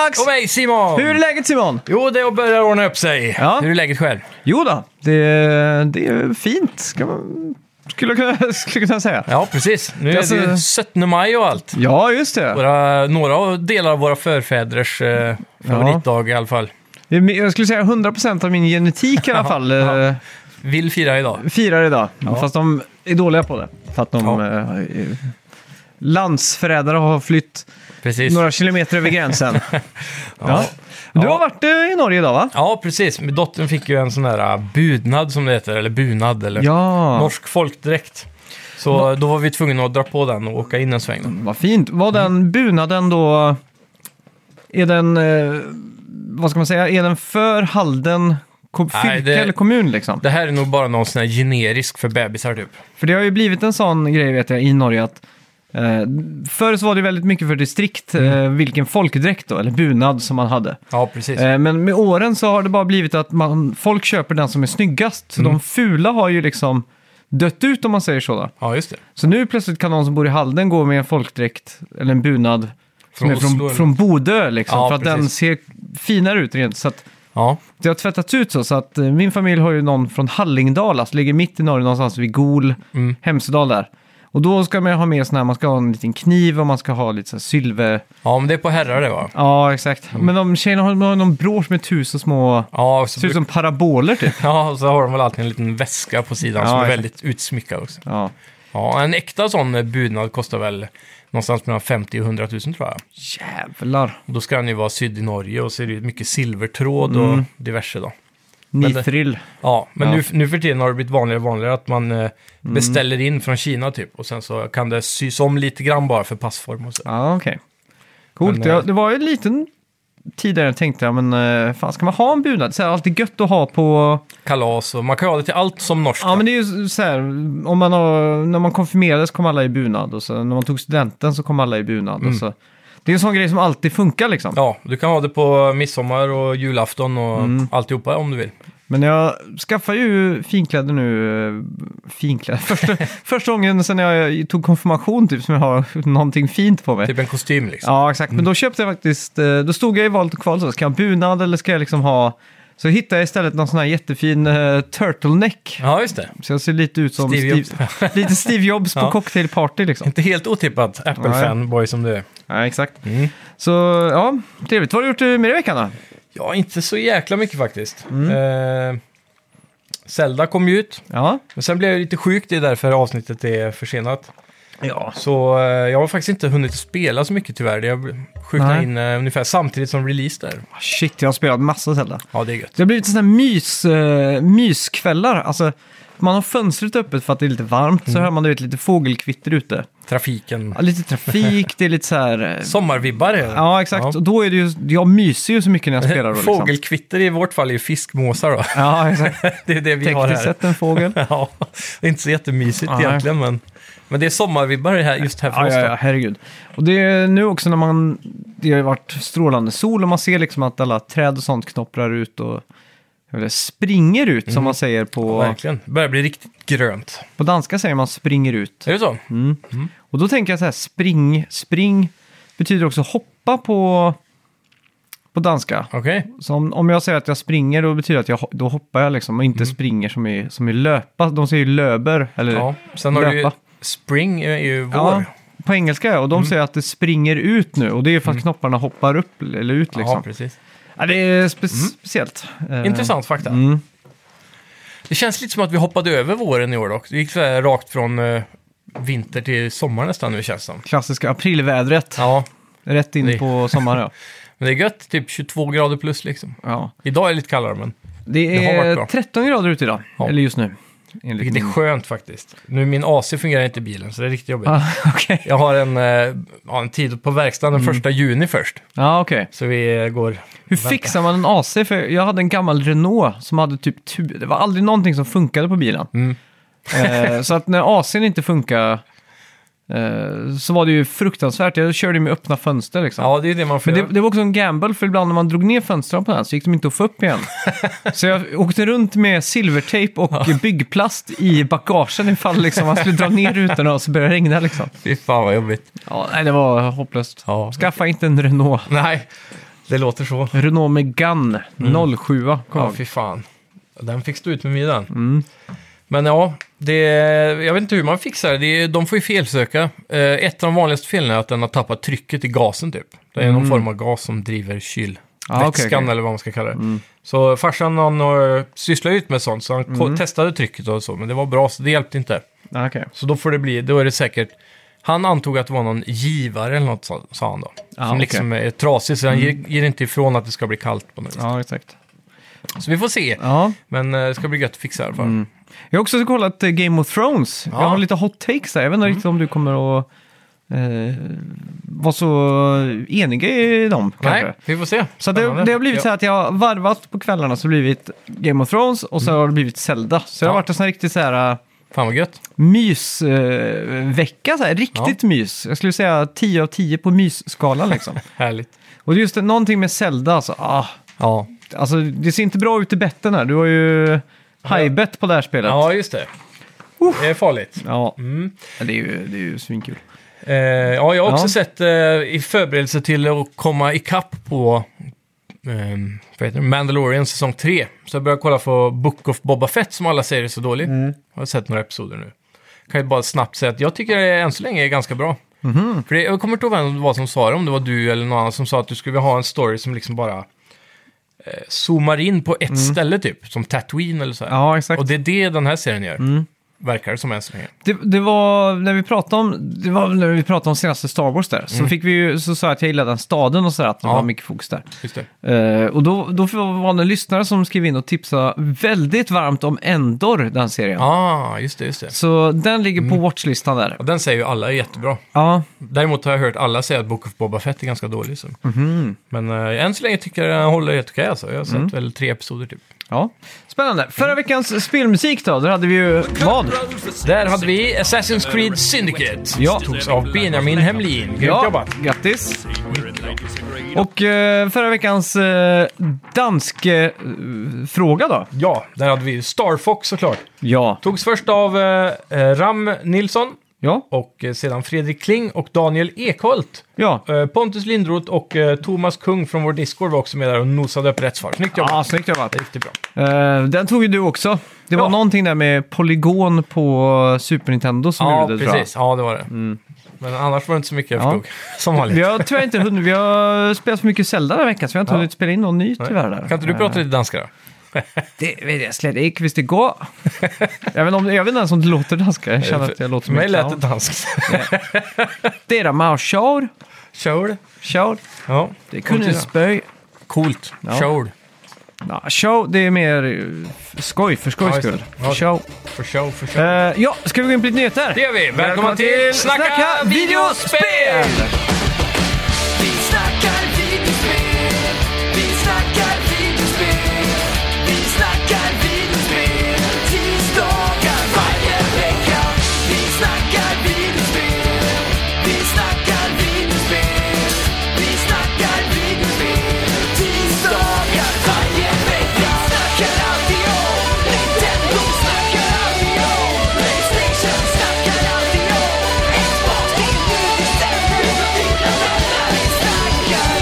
Max! Och mig Simon! Hur är läget Simon? Jo, det börjar ordna upp sig. Ja. Hur är läget själv? Jo då, det är fint skulle kunna säga. Ja, precis. Nu är det ju 17 maj och allt. Ja, just det. Några delar av våra förfäders favoritdag i alla fall. Jag skulle säga 100% av min genetik i alla fall Vill fira idag. firar idag. Fast de är dåliga på det. För att landsförrädare har flytt Precis. några kilometer över gränsen. Ja. Du har varit i Norge idag, va? Ja, precis. Min dottern fick ju en sån där budnad som det heter, eller bunad, eller norsk folkdräkt. Så då var vi tvungna att dra på den och åka in en sväng. Vad fint. Var den bunaden då... Är den... vad ska man säga? Är den för Halden fylke eller kommun liksom? Det här är nog bara någon sån här generisk för bebisar typ. För det har ju blivit en sån grej, vet jag, i Norge att... förr så var det väldigt mycket för distrikt vilken folkdräkt då, eller bunad som man hade. Ja, precis. Men med åren så har det bara blivit att folk köper den som är snyggast. Så de fula har ju liksom dött ut, om man säger så då. Ja, just det. Så nu plötsligt kan någon som bor i Halden gå med en folkdräkt eller en bunad som är Oslo, från Bodö liksom. Ja, för att precis. den ser finare ut rent. Så att Ja, det har tvättats ut så att min familj har ju någon från Hallingdal, alltså ligger mitt i Norge någonstans vid Gol, Hemsedal där. Och då ska man ha med sån här, man ska ha en liten kniv och man ska ha lite så här silver... ja, men det är på herrar det, va? Ja, exakt. Men de tjejerna har någon brosch med 1000 små... Ja, Ser ut som paraboler typ. ja, och så har de väl alltid en liten väska på sidan som är exakt. väldigt utsmyckad också. Ja. Ja, en äkta sån budnad kostar väl någonstans mellan 50 och 100 000 tror jag. Jävlar. Och då ska den ju vara sydd i Norge och så är det ju mycket silvertråd och diverse då. Nifrill. Ja, men Ja. nu för tiden har det blivit vanligare och vanligare att man beställer in från Kina typ. Och sen så kan det sys om lite grann bara för passform och så. Ja, okej. Coolt. Men, Det var ju en liten tid där jag tänkte, men fan, ska man ha en bunad? Så här, alltid gött att ha på... Kalas och man kan ha det till allt som norskt. Ja, men det är ju så här, när man konfirmerades kom alla i bunad och så när man tog studenten så kom alla i bunad. Och så. Det är en sån grej som alltid funkar liksom. Ja, du kan ha det på midsommar och julafton och alltihopa om du vill. Men jag skaffar ju finkläder nu. Första gången sen jag tog konfirmation typ, som jag har någonting fint på mig. Typ en kostym liksom. Ja, exakt. Men då köpte jag faktiskt, då stod jag i valet och kval så, ska jag ha bunad eller ska jag liksom ha... Så hittade jag istället någon sån här jättefin turtleneck. Ja, just det. Så jag ser lite ut som Steve Jobs. lite Steve Jobs på cocktailparty liksom. Inte helt otippat Apple-fanboy som du är. Ja, exakt. Så ja, trevligt. Vad har du gjort mer i veckan då? Ja, inte så jäkla mycket faktiskt. Zelda kom ju ut. Ja. Men sen blev jag lite sjuk, det är därför avsnittet är försenat. Ja. Så jag har faktiskt inte hunnit spela så mycket tyvärr. Jag sjuknade Nej. in ungefär samtidigt som release där. Shit, jag har spelat massa Zelda. Ja, det är gött. Det har blivit sådana här myskvällar. Alltså, man har fönstret öppet för att det är lite varmt. Så hör man lite fågelkvitter ute. Trafiken. Ja, lite trafik, det är lite så här... Sommarvibbar är det. Ja, exakt. Ja. Och då är det ju... Jag myser ju så mycket när jag spelar då liksom. Fågelkvitter i vårt fall är ju fiskmåsar då. Ja, exakt. Det är det vi har Tekniskt här. sett en fågel. Ja, det är inte så jättemysigt Nej. egentligen, men det är sommarvibbar här, just här för oss då. Ja, herregud. Och det är nu också när det har varit strålande sol och man ser liksom att alla träd och sånt knopprar ut och springer ut som man säger på... Verkligen. Det börjar bli riktigt grönt. På danska säger man springer ut. Är det så? Och då tänker jag så här, spring betyder också hoppa på danska. Okej. Så om jag säger att jag springer, då betyder det att då hoppar jag liksom och inte springer som är löpa. De säger ju löber, eller Ja. Sen har du ju... löpa. Spring är ju vår. Ja, på engelska, och de säger att det springer ut nu. Och det är ju för att knopparna hoppar upp eller ut liksom. Ja, precis. Ja, det är speciellt. Intressant fakta. Det känns lite som att vi hoppade över våren i år dock. Det gick så här rakt från vinter till sommar nästan nu, känns det som. Klassiska aprilvädret. Ja, Rätt in Det- på sommaren, ja. men det är gött. Typ 22 grader plus liksom. Ja. Idag är det lite kallare, men Det Det har varit är bra. 13 grader ute idag. Ja. Eller just nu. Enligt vilket är min- skönt faktiskt. Nu min AC fungerar inte i bilen, så det är riktigt jobbigt. Ah, okej. Jag har en tid på verkstaden den 1 juni först. Ja, okej. Så vi går... Hur fixar man en AC? För jag hade en gammal Renault som hade typ... Det var aldrig någonting som funkade på bilen. Så att när ACn inte funkar så var det ju fruktansvärt. Jag körde med öppna fönster liksom. Ja, det är det man får Men göra. det var också en gamble, för ibland när man drog ner fönstren på den så gick de inte att få upp igen. Så jag åkte runt med silvertejp och byggplast i bagagen ifall liksom man skulle dra ner rutorna och så började det regna liksom. Fy fan vad jobbigt. Ja, nej, det var hopplöst. Ja. Skaffa inte en Renault. Nej, Det låter så. Renault Megane 07. Ja, fy fan. Den fick stå ut med mig den. Men ja, jag vet inte hur man fixar det. De får ju felsöka. Ett av de vanligaste felen är att den har tappat trycket i gasen typ. Det är någon form av gas som driver kylvätskan eller vad man ska kalla det. Så farsan han sysslar ut med sånt, så han testade trycket och så, men det var bra så det hjälpte inte. Okay. Så då får det bli, då är det säkert, han antog att det var någon givare eller något, sa han då. Som liksom är trasig, så han ger inte ifrån att det ska bli kallt på något vis. Ja, exakt. Så vi får se. Men det ska bli gött att fixa i alla fall. Jag har också kollat Game of Thrones. Jag har lite hot takes där. Jag vet inte riktigt om du kommer att vara så eniga i dem. Nej, kanske. vi får se. Så det har blivit så här att jag har varvat på kvällarna, så har det blivit Game of Thrones och så har det blivit Zelda. Så det har varit en sån här riktigt så här fan vad gött. Mysvecka, så här, riktigt mys. Jag skulle säga 10 av 10 på mysskalan liksom. Härligt. Och just det, någonting med Zelda, alltså, alltså det ser inte bra ut i betten här. Du har ju high-bet på det här spelet. Ja, just det. Det är farligt. Ja, det är ju svinkul. Jag har också sett i förberedelse till att komma ikapp på Mandalorian säsong 3. Så jag började kolla på Book of Boba Fett som alla säger är så dålig. Jag har sett några episoder nu. Kan ju bara snabbt säga att jag tycker det än så länge är ganska bra. För jag kommer inte ihåg vem det var som sa det, om det var du eller någon annan som sa att du skulle ha en story som liksom bara zoomar in på ett ställe typ, som Tatooine eller så här. Ja, exakt. Och det är det den här serien gör. Verkar det som än så länge. Det var när vi pratade om senaste Star Wars där. Så fick vi ju, så sa jag att jag gillade den staden och så där, att det var mycket fokus där. Just det. Och då var det en lyssnare som skrev in och tipsade väldigt varmt om Endor, den serien. Just det. Så den ligger på watchlistan där. Och den säger ju alla är jättebra. Ja. Däremot har jag hört alla säga att Book of Boba Fett är ganska dålig. Så. Men än så länge tycker jag den håller helt okej. Alltså. Jag har sett väl 3 episoder typ. Ja, spännande. Förra veckans spelmusik då, där hade vi ju vad? Där hade vi Assassin's Creed Syndicate. Ja. Togs av Benjamin Hemlin. Grymt jobbat. Grattis. Och förra veckans fråga då? Ja, där hade vi Star Fox såklart. Ja. Togs först av Ram Nilsson. Ja. Och sedan Fredrik Kling och Daniel Ekholt. Ja. Pontus Lindroth och Thomas Kung från vår Discord var också med där och nosade upp rätt svar. Snyggt jobbat. Ja, snyggt jobbat. Riktigt bra. Den tog ju du också. Det var någonting där med polygon på Super Nintendo som gjorde det, tror jag. Ja, det var det. Men annars var det inte så mycket jag förstod. Som vanligt. Vi har tyvärr inte hunnit. Vi har spelat så mycket Zelda den här veckan, så vi har inte hunnit spela in någon ny tyvärr där. Kan inte du prata lite danska då? Det vet jag slätt visst det går. Jag vet inte ens om det låter danska. Jag känner att jag låter mycket. För mig lät det danskt. Det är de här kör. Kör. Ja. Det kunde spöj. Coolt. Kör. Ja, show, det är mer skoj för skojs skull. Show. Ja, ska vi gå in på lite nyheter? Det gör vi. Välkomna till Snacka videospel! Vi snackar videospel. Vi snackar videospel. Vi snackar videospel. Tisdagar varje vecka. Vi snackar videospel. Vi snackar videospel. Vi snackar videospel. Tisdagar varje vecka. Snackar alltid om Nintendo. Snackar alltid om PlayStation. Snackar alltid om Xbox. Det är nu vi stämmer. Dina vänner. Vi snackar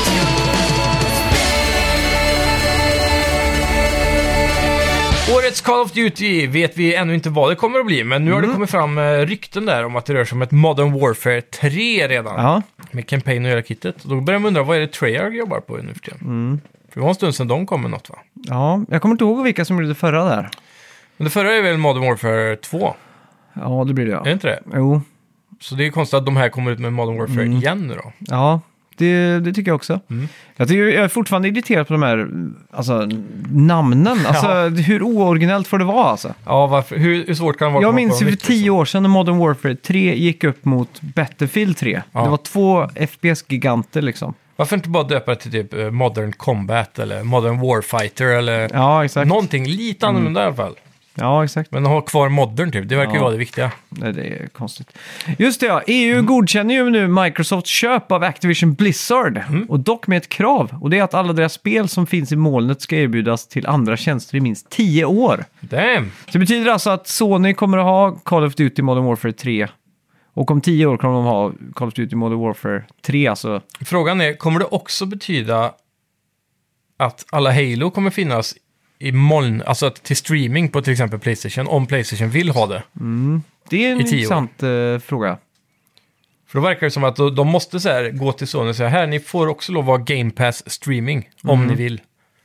videospel. Årets Call of Duty vet vi ännu inte vad det kommer att bli, men nu har det kommit fram rykten där om att det rör sig om ett Modern Warfare 3 redan. Ja. Med campaign och hela kittet. Och då börjar man undra, vad är det Treyarch jobbar på nu för tiden? För det var en stund sedan de kom med något, va? Ja, jag kommer inte ihåg vilka som gjorde det förra där. Men det förra är väl Modern Warfare 2? Ja, det blir det, ja. Är det inte det? Jo. Så det är konstigt att de här kommer ut med Modern Warfare igen nu då. Ja, det tycker jag också. Jag är fortfarande irriterad på de här namnen. Alltså, hur ooriginellt får det vara alltså? Ja, varför? Hur svårt kan det vara? Jag minns ju för 10 år sedan när Modern Warfare 3 gick upp mot Battlefield 3. Ja. Det var 2 FPS-giganter liksom. Varför inte bara döpa det till typ Modern Combat eller Modern Warfighter eller någonting lite annorlunda i alla fall. Ja, exakt. Men ha kvar modern typ, det verkar ju vara det viktiga. Nej, det är konstigt. Just det, ja. EU godkänner ju nu Microsofts köp av Activision Blizzard. Och dock med ett krav. Och det är att alla deras spel som finns i molnet ska erbjudas till andra tjänster i minst 10 år. Damn! Så det betyder alltså att Sony kommer att ha Call of Duty Modern Warfare 3 Och om 10 år kommer de ha Call of Duty Modern Warfare 3. Alltså, Frågan är, kommer det också betyda att alla Halo kommer finnas i moln, alltså att till streaming på till exempel PlayStation, om PlayStation vill ha det? det är en I 10 år. intressant fråga. För då verkar det som att de måste så här, gå till Sony och säga, här, ni får också lov att vara Game Pass streaming, om ni vill.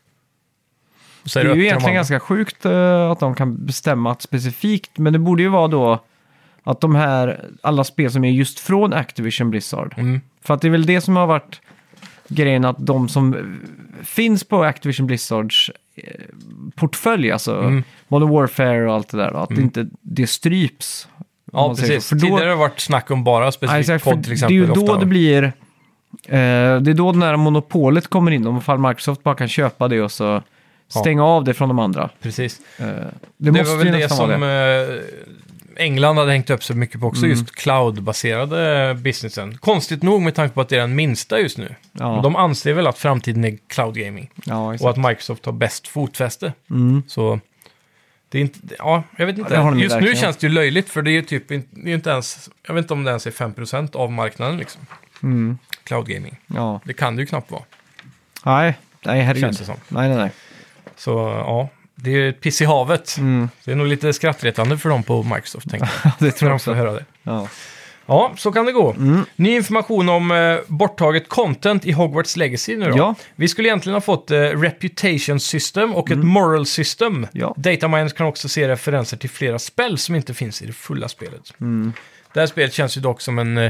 Så Det är upp ju till de egentligen andra. ganska sjukt att de kan bestämma att specifikt, men det borde ju vara då att de här, alla spel som är just från Activision Blizzard. För att det är väl det som har varit grejen, att de som finns på Activision Blizzards portfölj, alltså Modern Warfare och allt det där, att inte det stryps. om Ja, man säger precis. så. För då, Tidigare har det varit snack om bara ja, specifikt exakt, för kod till exempel. det är ju då ofta. det blir, det är då när monopolet kommer in, om fall Microsoft bara kan köpa det och så stänga av det från de andra. Precis. Det Det måste var väl ju det nästan vara som det. England hade hängt upp sig mycket på också, just cloud-baserade businessen. Konstigt nog med tanke på att det är den minsta just nu. Ja. De anser väl att framtiden är cloud gaming. Ja, Och exakt. att Microsoft har bäst fotfäste. Så det är inte, ja, jag vet Det inte. har de ju Just nu verkligen. känns det ju löjligt, för det är ju typ det är ju inte ens, jag vet inte om det ens är 5% av marknaden liksom. Cloud gaming. Ja. Det kan det ju knappt vara. Nej, herregud. Känns det som. Nej. Så ja, det är ett piss i havet. Det är nog lite skrattretande för dem på Microsoft, tänker jag. Det tror När jag de får också. höra det. Ja. Ja, så kan det gå. Ny information om borttaget content i Hogwarts Legacy nu då. Ja. Vi skulle egentligen ha fått reputation system och ett moral system. Ja. Dataminers kan också se referenser till flera spel som inte finns i det fulla spelet. Det här spelet känns ju dock som en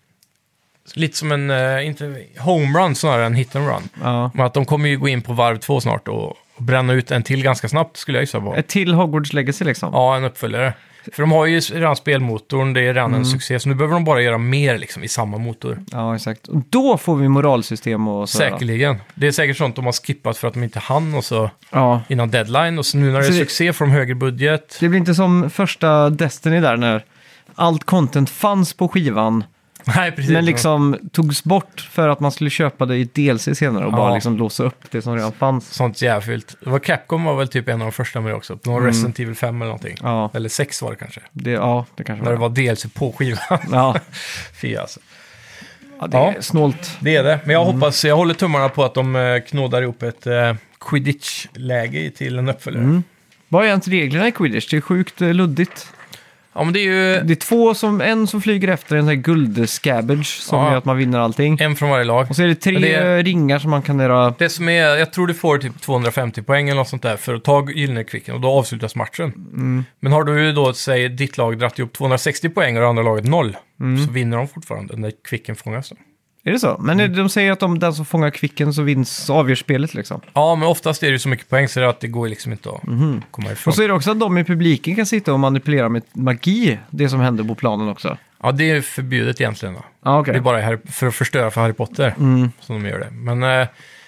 lite som en, inte homerun snarare än hit and run. Ja. Men att de kommer ju gå in på varv 2 snart och bränna ut en till ganska snabbt, skulle jag gissa på. Ett till Hogwarts Legacy liksom. Ja, en uppföljare. För de har ju redan spelmotorn, det är redan en succé, så nu behöver de bara göra mer liksom, i samma motor. Ja, exakt. Och då får vi moralsystem och så. Säkerligen. Det är säkert sånt de har skippat för att de inte hann och så Ja. innan deadline. Och så nu när det är Så det- succé får de högre budget. Det blir inte som första Destiny där när allt content fanns på skivan, Nej, precis. men liksom togs bort för att man skulle köpa det i DLC senare och Ja. bara liksom låsa upp det som redan fanns. Sånt jävligt. Det var Capcom var väl typ en av de första med det också. Någon Resident Evil 5 eller någonting. Ja. Eller 6 var det kanske. Det kanske När det var. var DLC på skivan. Ja. Fy alltså. Ja, det är Ja. snålt. Det är det. Men jag hoppas, jag håller tummarna på att de knådar ihop ett Quidditch-läge till en uppföljare. Vad är ens reglerna i Quidditch? Det är sjukt luddigt. Ja, men det är ju Det är en som flyger efter en sån här guld-scabbage som Ja. gör att man vinner allting. en från varje lag. Och så är det 3 Men det- ringar som man kan göra. Det som är, jag tror du får typ 250 poäng eller något sånt där för att ta gyllene kvicken och då avslutas matchen. Men har du då, säg ditt lag dratt ihop 260 poäng och det andra laget 0, så vinner de fortfarande när kvicken fångas. Då. Är det så? Men de säger att om den som fångar kvicken så avgör spelet liksom. Ja, men oftast är det ju så mycket poäng så att det går liksom inte att komma ifrån. Och så är det också att de i publiken kan sitta och manipulera med magi, det som händer på planen också. Ja, det är förbjudet egentligen då. Ja, okej. Det är bara för att förstöra för Harry Potter som de gör det. Men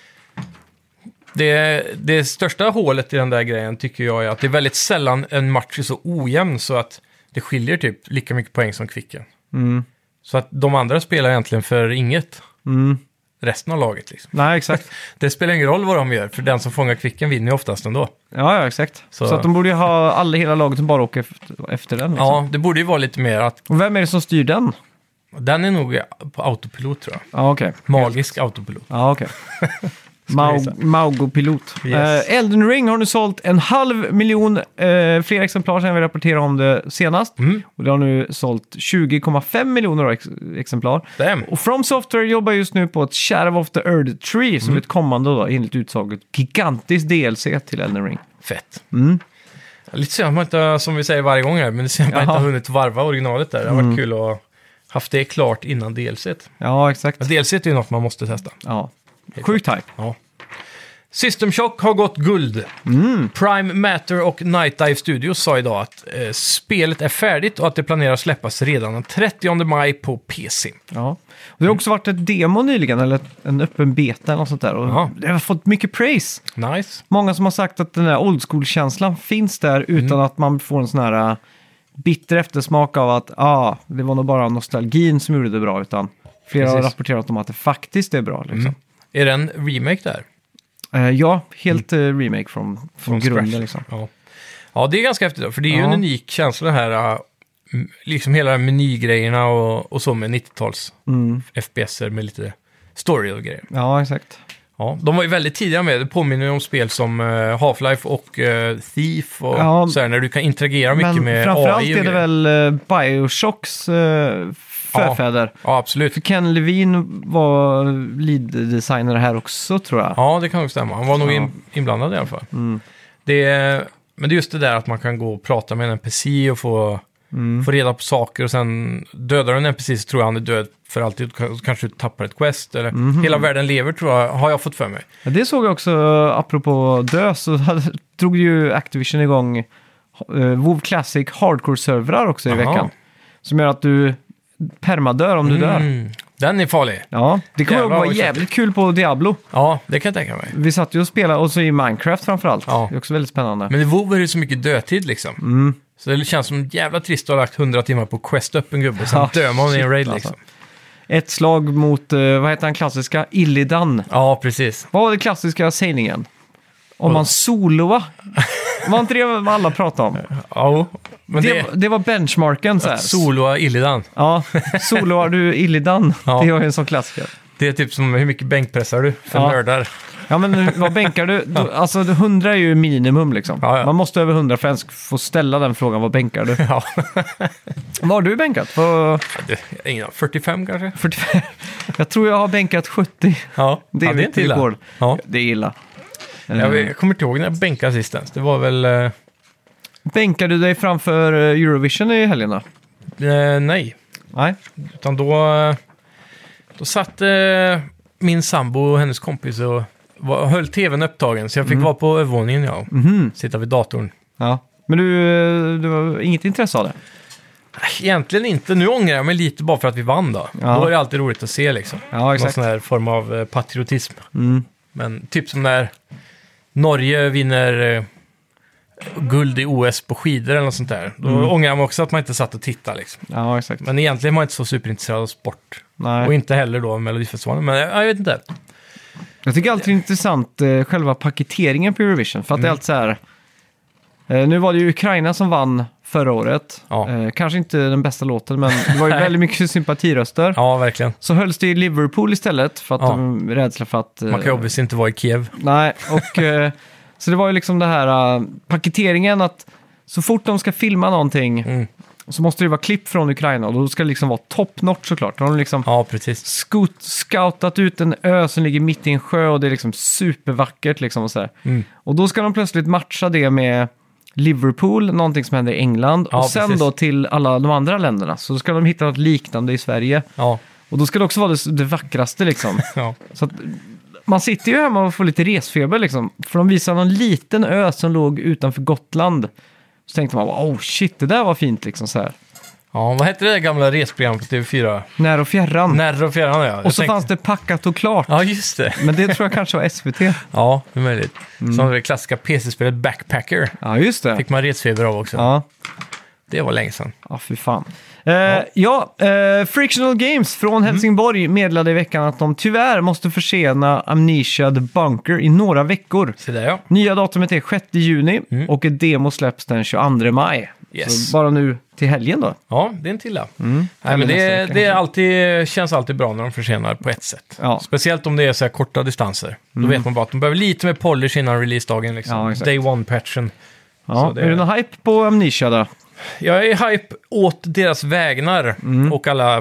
det största hålet i den där grejen tycker jag är att det är väldigt sällan en match är så ojämn så att det skiljer typ lika mycket poäng som kvicken. Så att de andra spelar egentligen för inget. Resten av laget liksom. Nej, exakt. Det spelar ingen roll vad de gör, för den som fångar kvicken vinner ju oftast ändå. Ja, exakt. Så att de borde ju ha hela laget som bara åker efter den. Liksom. Ja, det borde ju vara lite mer att Och vem är det som styr den? den är nog på autopilot tror jag. Ja, okej. Magisk autopilot. Ja, okej. Maugo-pilot. Yes. Elden Ring har nu sålt 500 000 fler exemplar sedan vi rapporterade om det senast. Och det har nu sålt 20,5 miljoner exemplar. Damn. Och From Software jobbar just nu på ett Shadow of the Earth Tree som är ett kommande då, enligt utsaget gigantiskt DLC till Elden Ring. Fett. Lite synd att man inte, som vi säger varje gång här, men det synd att man inte har hunnit varva originalet där. Det har varit kul att haft det klart innan DLC-et. Ja, exakt. Ja, DLC-et är ju något man måste testa. Ja. Sjukt hype. Ja. System Shock har gått guld. Prime Matter och Night Dive Studios sa idag att spelet är färdigt och att det planerar släppas redan den 30 maj på PC. Ja. Och det har också varit ett demo nyligen, eller en öppen beta eller något sånt där. Och Ja. det har fått mycket praise. Nice. Många som har sagt att den där old school-känslan finns där utan att man får en sån här bitter eftersmak av att det var nog bara nostalgin som gjorde det bra, utan flera har Precis. rapporterat om att det faktiskt är bra. Liksom. Är det en remake där? Ja, helt remake från grunden. scratch. Liksom. Ja. Ja, det är ganska häftigt då, för det är ju en unik känsla det här liksom hela de här menygrejerna och så med 90-tals FPSer med lite story och grejer. Ja, exakt. Ja, de var ju väldigt tidiga med. Det påminner ju om spel som Half-Life och Thief och så här, när du kan interagera mycket med AI. Men framförallt och är det grejer. väl Bioshocks förfäder. Ja, absolut. För Ken Levine var lead-designer här också, tror jag. Ja, det kan nog stämma. Han var nog inblandad i alla fall. Men det är just det där att man kan gå och prata med en NPC och få reda på saker och sen dödar du en NPC så tror jag han är död för alltid. Kanske tappar ett quest eller hela världen lever tror jag, har jag fått för mig. Ja, det såg jag också, apropå dö, så drog ju Activision igång WoW Classic Hardcore-servrar också i veckan. Som gör att du permadör om du dör. Den är farlig. Ja, det kommer att vara jävligt kul på Diablo. Ja, det kan jag tänka mig. Vi satt ju och spelade, och så i Minecraft framförallt. Ja. Det är också väldigt spännande. Men i WoW är det så mycket dödtid liksom. Så det känns som jävla trist att ha lagt 100 timmar på quest upp en gubbe. Sen dör man i en raid liksom. Alltså. Ett slag mot, vad heter den klassiska? Illidan. Ja, precis. Vad var det klassiska sägningen? Om man soloa. Var inte det vad alla pratade om? Ja, men Det var benchmarken så här. Soloa Illidan. Ja, soloar du Illidan. Ja. Det var ju en sån klassiker. Det är typ som hur mycket bänkpressar du för nördar. Ja, men vad bänkar du? Alltså 100 är ju minimum liksom. Ja. Man måste över 100 för att ens få ställa den frågan, vad bänkar du? Ja. Vad har du bänkat? 45 kanske? 45. Jag tror jag har bänkat 70. Ja, Det är ja, mitt inte illa. rekord. Ja. Det är illa. Jag kommer inte ihåg när jag bänkade sist ens. Det var väl... Bänkar du dig framför Eurovision i helgen då? Nej. Nej. Utan då satt min sambo och hennes kompis och höll tvn upptagen. Så jag fick vara på övervåningen, sitta vid datorn. Ja. Men du har inget intresse av det? Egentligen inte. Nu ångrar jag mig lite bara för att vi vann då. Ja. Då är det alltid roligt att se liksom. Ja, exakt. Någon sån här form av patriotism. Men typ som när Norge vinner guld i OS på skidor eller något sånt där. Då ångrar jag mig också att man inte satt och tittade liksom. Ja, exakt. Men egentligen är man inte så superintresserad av sport. Nej. Och inte heller då Melodifestivalen. Men jag vet inte. Jag tycker alltid det är intressant själva paketeringen på Eurovision. För att det är alltid så här... nu var det ju Ukraina som vann förra året. Ja. Kanske inte den bästa låten, men det var ju väldigt mycket sympatiröster. Ja, verkligen. Så hölls det i Liverpool istället för att de rädsla för att... Man kan ju obviously inte vara i Kiev. Nej, och så det var ju liksom det här paketeringen att så fort de ska filma någonting så måste det vara klipp från Ukraina och då ska det liksom vara top notch såklart. De har liksom precis. scoutat ut en ö som ligger mitt i en sjö och det är liksom supervackert liksom och så här. Och då ska de plötsligt matcha det med Liverpool, någonting som händer i England och sen precis. då till alla de andra länderna. Så då ska de hitta något liknande i Sverige. Ja. Och då ska det också vara det vackraste liksom. Ja. Så att man sitter ju hemma och får lite resfeber liksom. För de visar någon liten ö som låg utanför Gotland. Så tänkte man, oh shit, det där var fint liksom så här. Ja, vad hette det där gamla resprogrammet på TV4? När och fjärran. När och fjärran, ja. Och så fanns det Packat och klart. Ja, just det. Men det tror jag kanske var SVT. Ja, det är möjligt. Så det klassiska PC-spelet Backpacker Ja, just det. fick man resfeber av också. Ja, Det var länge sedan. ja fy fan. Frictional Games från Helsingborg meddelade i veckan att de tyvärr måste försena Amnesia The Bunker i några veckor. Så där, ja. Nya datumet är 6 juni och ett demo släpps den 22 maj. Yes. Så bara nu till helgen då. Ja, det är en till. Nej, men nästa det vecka, är alltid, känns alltid bra när de försenar på ett sätt. Ja. Speciellt om det är så här korta distanser. Då vet man bara att de behöver lite mer polish innan releasedagen. Liksom. Ja, exakt. Day one-patchen. Ja, Så är det någon hype på Amnesia då? Jag är hype åt deras vägnar och alla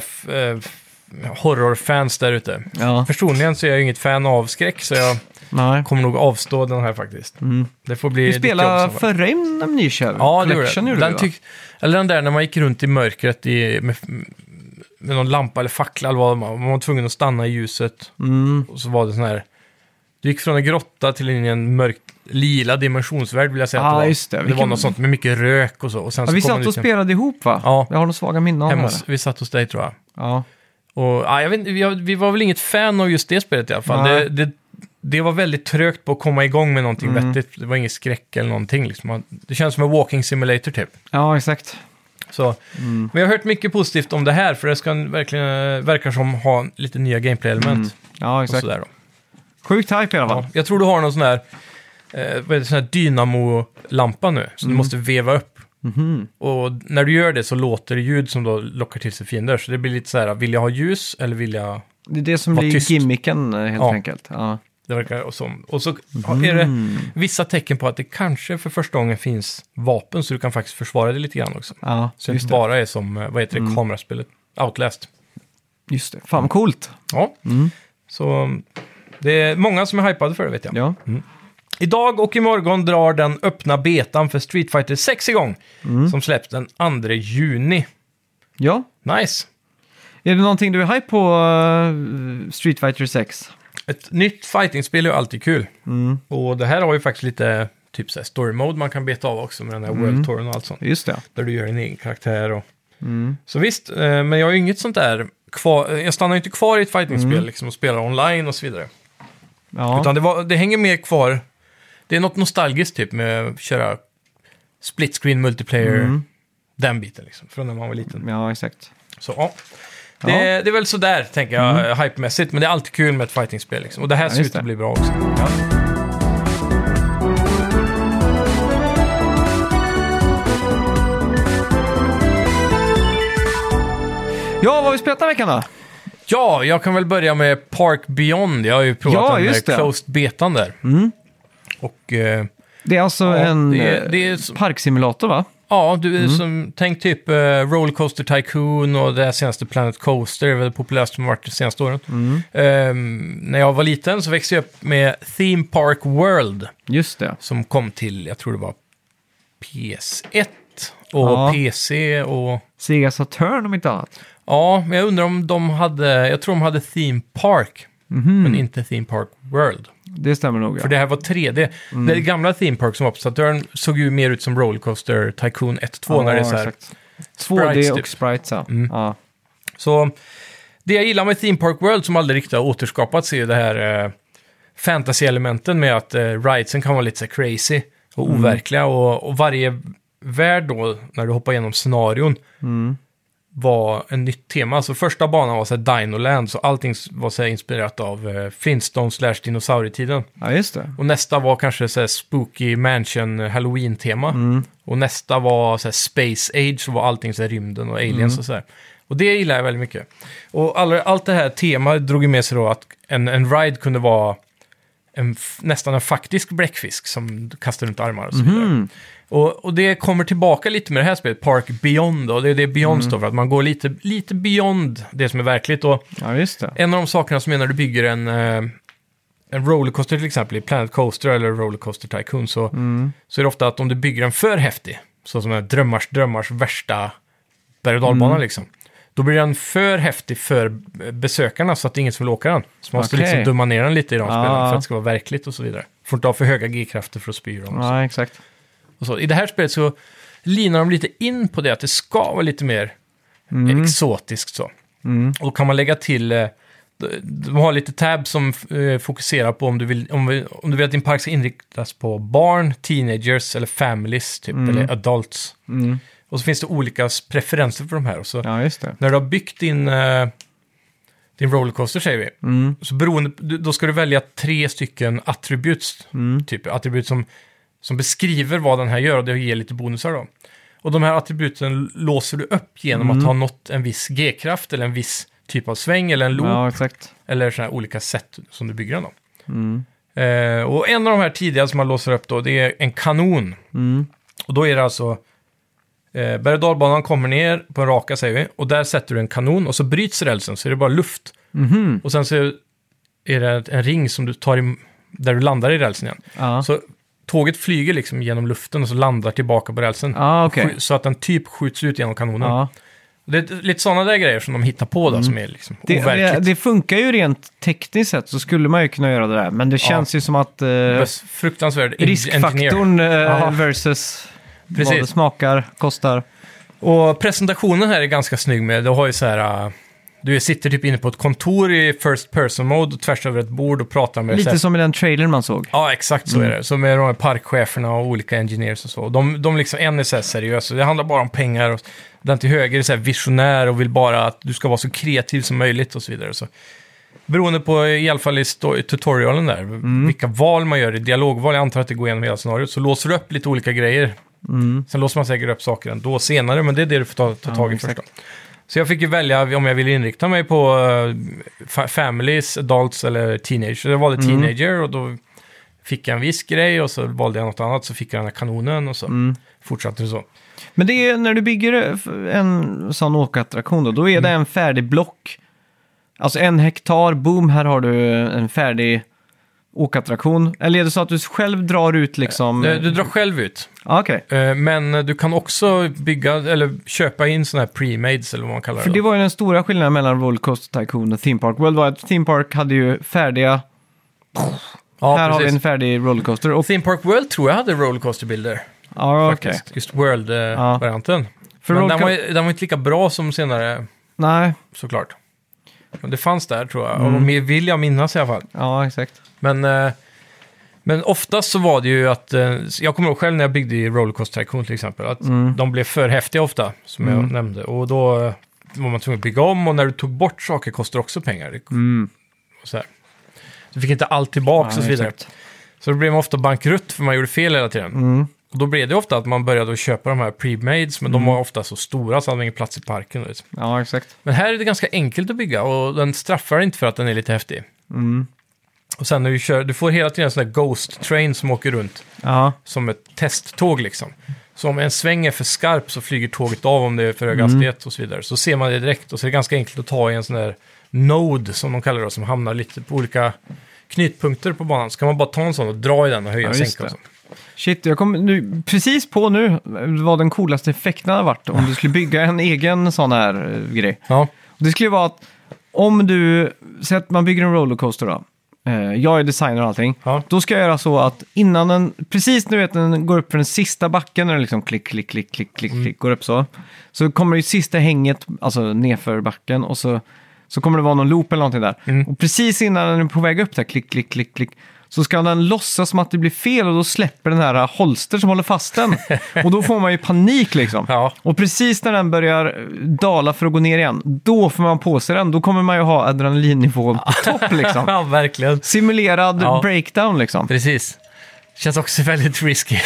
horrorfans där ute. Ja. Personligen så är jag inget fan av skräck, så jag Nej. kommer nog avstå den här faktiskt. Det får bli Vi ditt jobb spelade som förra Amnesia. Ja, det Collection gjorde gjorde vi, va? Eller den där när man gick runt i mörkret med någon lampa eller fackla eller vad man var tvungen att stanna i ljuset. Och så var det sån här... Du gick från en grotta till en mörk lila dimensionsvärld vill jag säga att det var. Just det. Det var något sånt med mycket rök och så. Och sen Ja, så vi kom man satt och dit spelade ihop, va? Ja. Jag har några svaga minnen av hemma det. vi satt hos dig tror jag. Ja. Och jag vet inte, vi var väl inget fan av just det spelet i alla fall. Nej. Det var väldigt trögt på att komma igång med någonting vettigt. Det var ingen skräck eller någonting. Liksom. Det känns som en walking simulator typ. Ja, exakt. Så. Men jag har hört mycket positivt om det här, för det ska verkligen verkar som ha lite nya gameplay-element. Ja, Och exakt. sådär då. Sjukt hype i alla fall. Ja. Jag tror du har någon sån här, vad är det, sån här dynamo-lampa nu, som du måste veva upp. Och när du gör det så låter det ljud som då lockar till sig fiender. Så det blir lite så här, vill jag ha ljus eller vill jag... Det är det som Var blir tyst. gimmicken helt enkelt. Ja. Det verkar som. Och så är det vissa tecken på att det kanske för första gången finns vapen så du kan faktiskt försvara det lite grann också. Ja, Så det inte bara är som, vad heter det, kameraspelet? Outlast. Just det. Fan vad coolt. Ja, så det är många som är hypade för det vet jag. Ja. Idag och imorgon drar den öppna betan för Street Fighter 6 igång. Som släpps den 2 juni. Ja. Nice. Är det någonting du är hype på Street Fighter 6? Ett nytt fightingspel är ju alltid kul. Och det här har ju faktiskt lite typ så här story mode man kan beta av också med den här World Touren och allt sånt. Just det. Där du gör din egen karaktär och... Så visst, men jag har ju inget sånt där kvar. Jag stannar ju inte kvar i ett fightingspel liksom, och spelar online och så vidare. Ja. Utan det hänger mer kvar. Det är något nostalgiskt typ med att köra split screen multiplayer. Den biten liksom, från när man var liten. Ja, exakt. Så ja. Det är väl sådär, tänker jag, hypemässigt. Men det är alltid kul med ett fightingspel liksom. Och det här ser ut att bli bra också. Ja. Ja, vad har vi spelat den här veckan då? Ja, jag kan väl börja med Park Beyond. Jag har ju provat den just det. closed betan där. Och Det är alltså en det är parksimulator, va? ja, du som tänk typ Rollercoaster Tycoon och det här senaste Planet Coaster, det är väl populärt som har varit de senaste åren. När jag var liten så växte jag upp med Theme Park World Just det. som kom till, jag tror det var PS1 och PC och... Sega Saturn om inte annat. Ja, men jag undrar om de hade, jag tror de hade Theme Park, men inte Theme Park World. Det stämmer nog, ja. För det här var 3D. Det gamla Theme Park som var på Saturn såg ju mer ut som Rollercoaster Tycoon 1-2 när det är så här. exakt. 2D sprites, och typ. sprites, ja. Ja. Så det jag gillar med Theme Park World som aldrig riktigt har återskapats är ju det här fantasy-elementen med att ridesen kan vara lite så crazy och overkliga. Och varje värld då, när du hoppar igenom scenarion, var en nytt tema. Så första banan var så här Dinoland, så allting var så här inspirerat av Flintstones/dinosaurietiden. Ja, just det. Och nästa var kanske så här Spooky Mansion Halloween-tema. Och nästa var så här Space Age, så var allting så här rymden och aliens och så här. Och det gillar jag väldigt mycket. Och allt det här temat drog ju med sig då att en ride kunde vara nästan en faktisk bläckfisk som kastar runt armar och så vidare. Och det kommer tillbaka lite med det här spelet, Park Beyond då. Det är det Beyond står för, att man går lite beyond det som är verkligt. Och Ja, just det. en av de sakerna som är när du bygger en rollercoaster till exempel, i Planet Coaster eller Rollercoaster Tycoon, så är det ofta att om du bygger en för häftig, så som en drömmars värsta berg- och dalbana liksom, då blir den för häftig för besökarna så att ingen vill åka den. Så man måste Okej. liksom dumma ner den lite i de spelen för att det ska vara verkligt och så vidare. Får inte ha för höga G-krafter för att spy dem. Och så. Ja, exakt. Och så. I det här spelet så linar de lite in på det, att det ska vara lite mer exotiskt så. Och då kan man lägga till, de har lite tabs som fokuserar på om du vill att din park ska inriktas på barn, teenagers eller families typ, eller adults. Och så finns det olika preferenser för de här. Och så Ja, just det. när du har byggt din rollercoaster, säger vi, så då ska du välja 3 stycken attributes, typ attribut som beskriver vad den här gör, och det ger lite bonusar då. Och de här attributen låser du upp genom att ha nått en viss G-kraft eller en viss typ av sväng eller en loop, Ja, exakt. eller så här olika sätt som du bygger den då. Och en av de här tidiga som man låser upp då, det är en kanon. Och då är det alltså berg- och dalbanan kommer ner på en raka, säger vi, och där sätter du en kanon och så bryts rälsen, så är det bara luft. Och sen så är det en ring som du tar där du landar i rälsen igen. Ja. Så tåget flyger liksom genom luften och så landar tillbaka på rälsen. Okej. Så att den typ skjuts ut genom kanonen. Ja. Det är lite sådana där grejer som de hittar på då, som är liksom overkligt. Det funkar ju rent tekniskt sett, så skulle man ju kunna göra det där. Men det känns ju som att Fruktansvärd riskfaktorn versus vad det smakar, kostar. Och presentationen här är ganska snygg med. Du har ju så här... Du sitter typ inne på ett kontor i first person mode och tvärs över ett bord och pratar med... Lite som i den trailern man såg. Ja, exakt så är det. Som med de här parkcheferna och olika engineers och så. De liksom, en är så här seriös. Det handlar bara om pengar. Och den till höger är så här visionär och vill bara att du ska vara så kreativ som möjligt och så vidare. Så, beroende på, i alla fall i tutorialen där, vilka val man gör i dialogval, jag antar att det går igenom hela scenariot, så låser du upp lite olika grejer Sen låser man säkert upp saker ändå senare, men det är det du får ta tag i först då. Så jag fick ju välja om jag ville inrikta mig på families, adults eller teenagers. Så jag valde teenager och då fick jag en viss grej och så valde jag något annat, så fick jag den här kanonen och så fortsatte det så. Men det är när du bygger en sån åkattraktion då är det en färdig block. Alltså 1 hektar, boom, här har du en färdig åkattraktion. Eller är det så att du själv drar ut liksom... Du drar själv ut. Okej. Men du kan också bygga eller köpa in sådana här pre-mades eller vad man kallar det. För det var ju den stora skillnaden mellan Rollercoaster Tycoon och Theme Park World var att Theme Park hade ju färdiga... Ja, här precis. har vi en färdig rollercoaster. Och... Theme Park World tror jag hade rollercoaster-bilder. Ja, okej. Faktiskt. Just World-varianten. För Men den var inte lika bra som senare, Nej. såklart. Men det fanns där, tror jag. Och mer vill jag minnas i alla fall. Ja, exakt. Men oftast så var det ju att... jag kommer ihåg själv när jag byggde i Rollercoaster Tycoon till exempel. Att de blev för häftiga ofta, som jag nämnde. Och då var man tvungen att bygga om. Och när du tog bort saker kostar också pengar. Och så här. Du fick inte allt tillbaka och så vidare. Exakt. Så då blev man ofta bankrutt för man gjorde fel hela tiden. Och då blev det ofta att man började att köpa de här pre-mades, men de var ofta så stora så hade man ingen plats i parken. Liksom. Ja, exakt. Men här är det ganska enkelt att bygga och den straffar inte för att den är lite häftig. Och sen när du kör, du får hela tiden en sån där ghost train som åker runt Ja. som ett testtåg liksom. Så om en sväng är för skarp så flyger tåget av om det är för hög hastighet och så vidare. Så ser man det direkt och så är det ganska enkelt att ta i en sån där node som de kallar det, som hamnar lite på olika knutpunkter på banan. Så kan man bara ta en sån och dra i den och höja och sänka och så. Shit, jag kom nu, precis på nu vad den coolaste effekten hade varit om du skulle bygga en egen sån här grej. Ja. Och det skulle vara att om du, säg att man bygger en rollercoaster då, jag är designer och allting, då ska jag göra så att innan den, precis nu vet den går upp för den sista backen när det liksom klick, klick, klick, klick, klick, klick, går upp så kommer det sista hänget, alltså nerför backen och så kommer det vara någon loop eller någonting där. Och precis innan den är på väg upp där, klick, klick, klick, klick, så ska den låtsas som att det blir fel och då släpper den här holster som håller fast den. Och då får man ju panik liksom. Ja. Och precis när den börjar dala för att gå ner igen, då får man på sig den. Då kommer man ju ha adrenalinnivån på topp liksom. Ja, verkligen. Simulerad breakdown liksom. Precis. Känns också väldigt risky.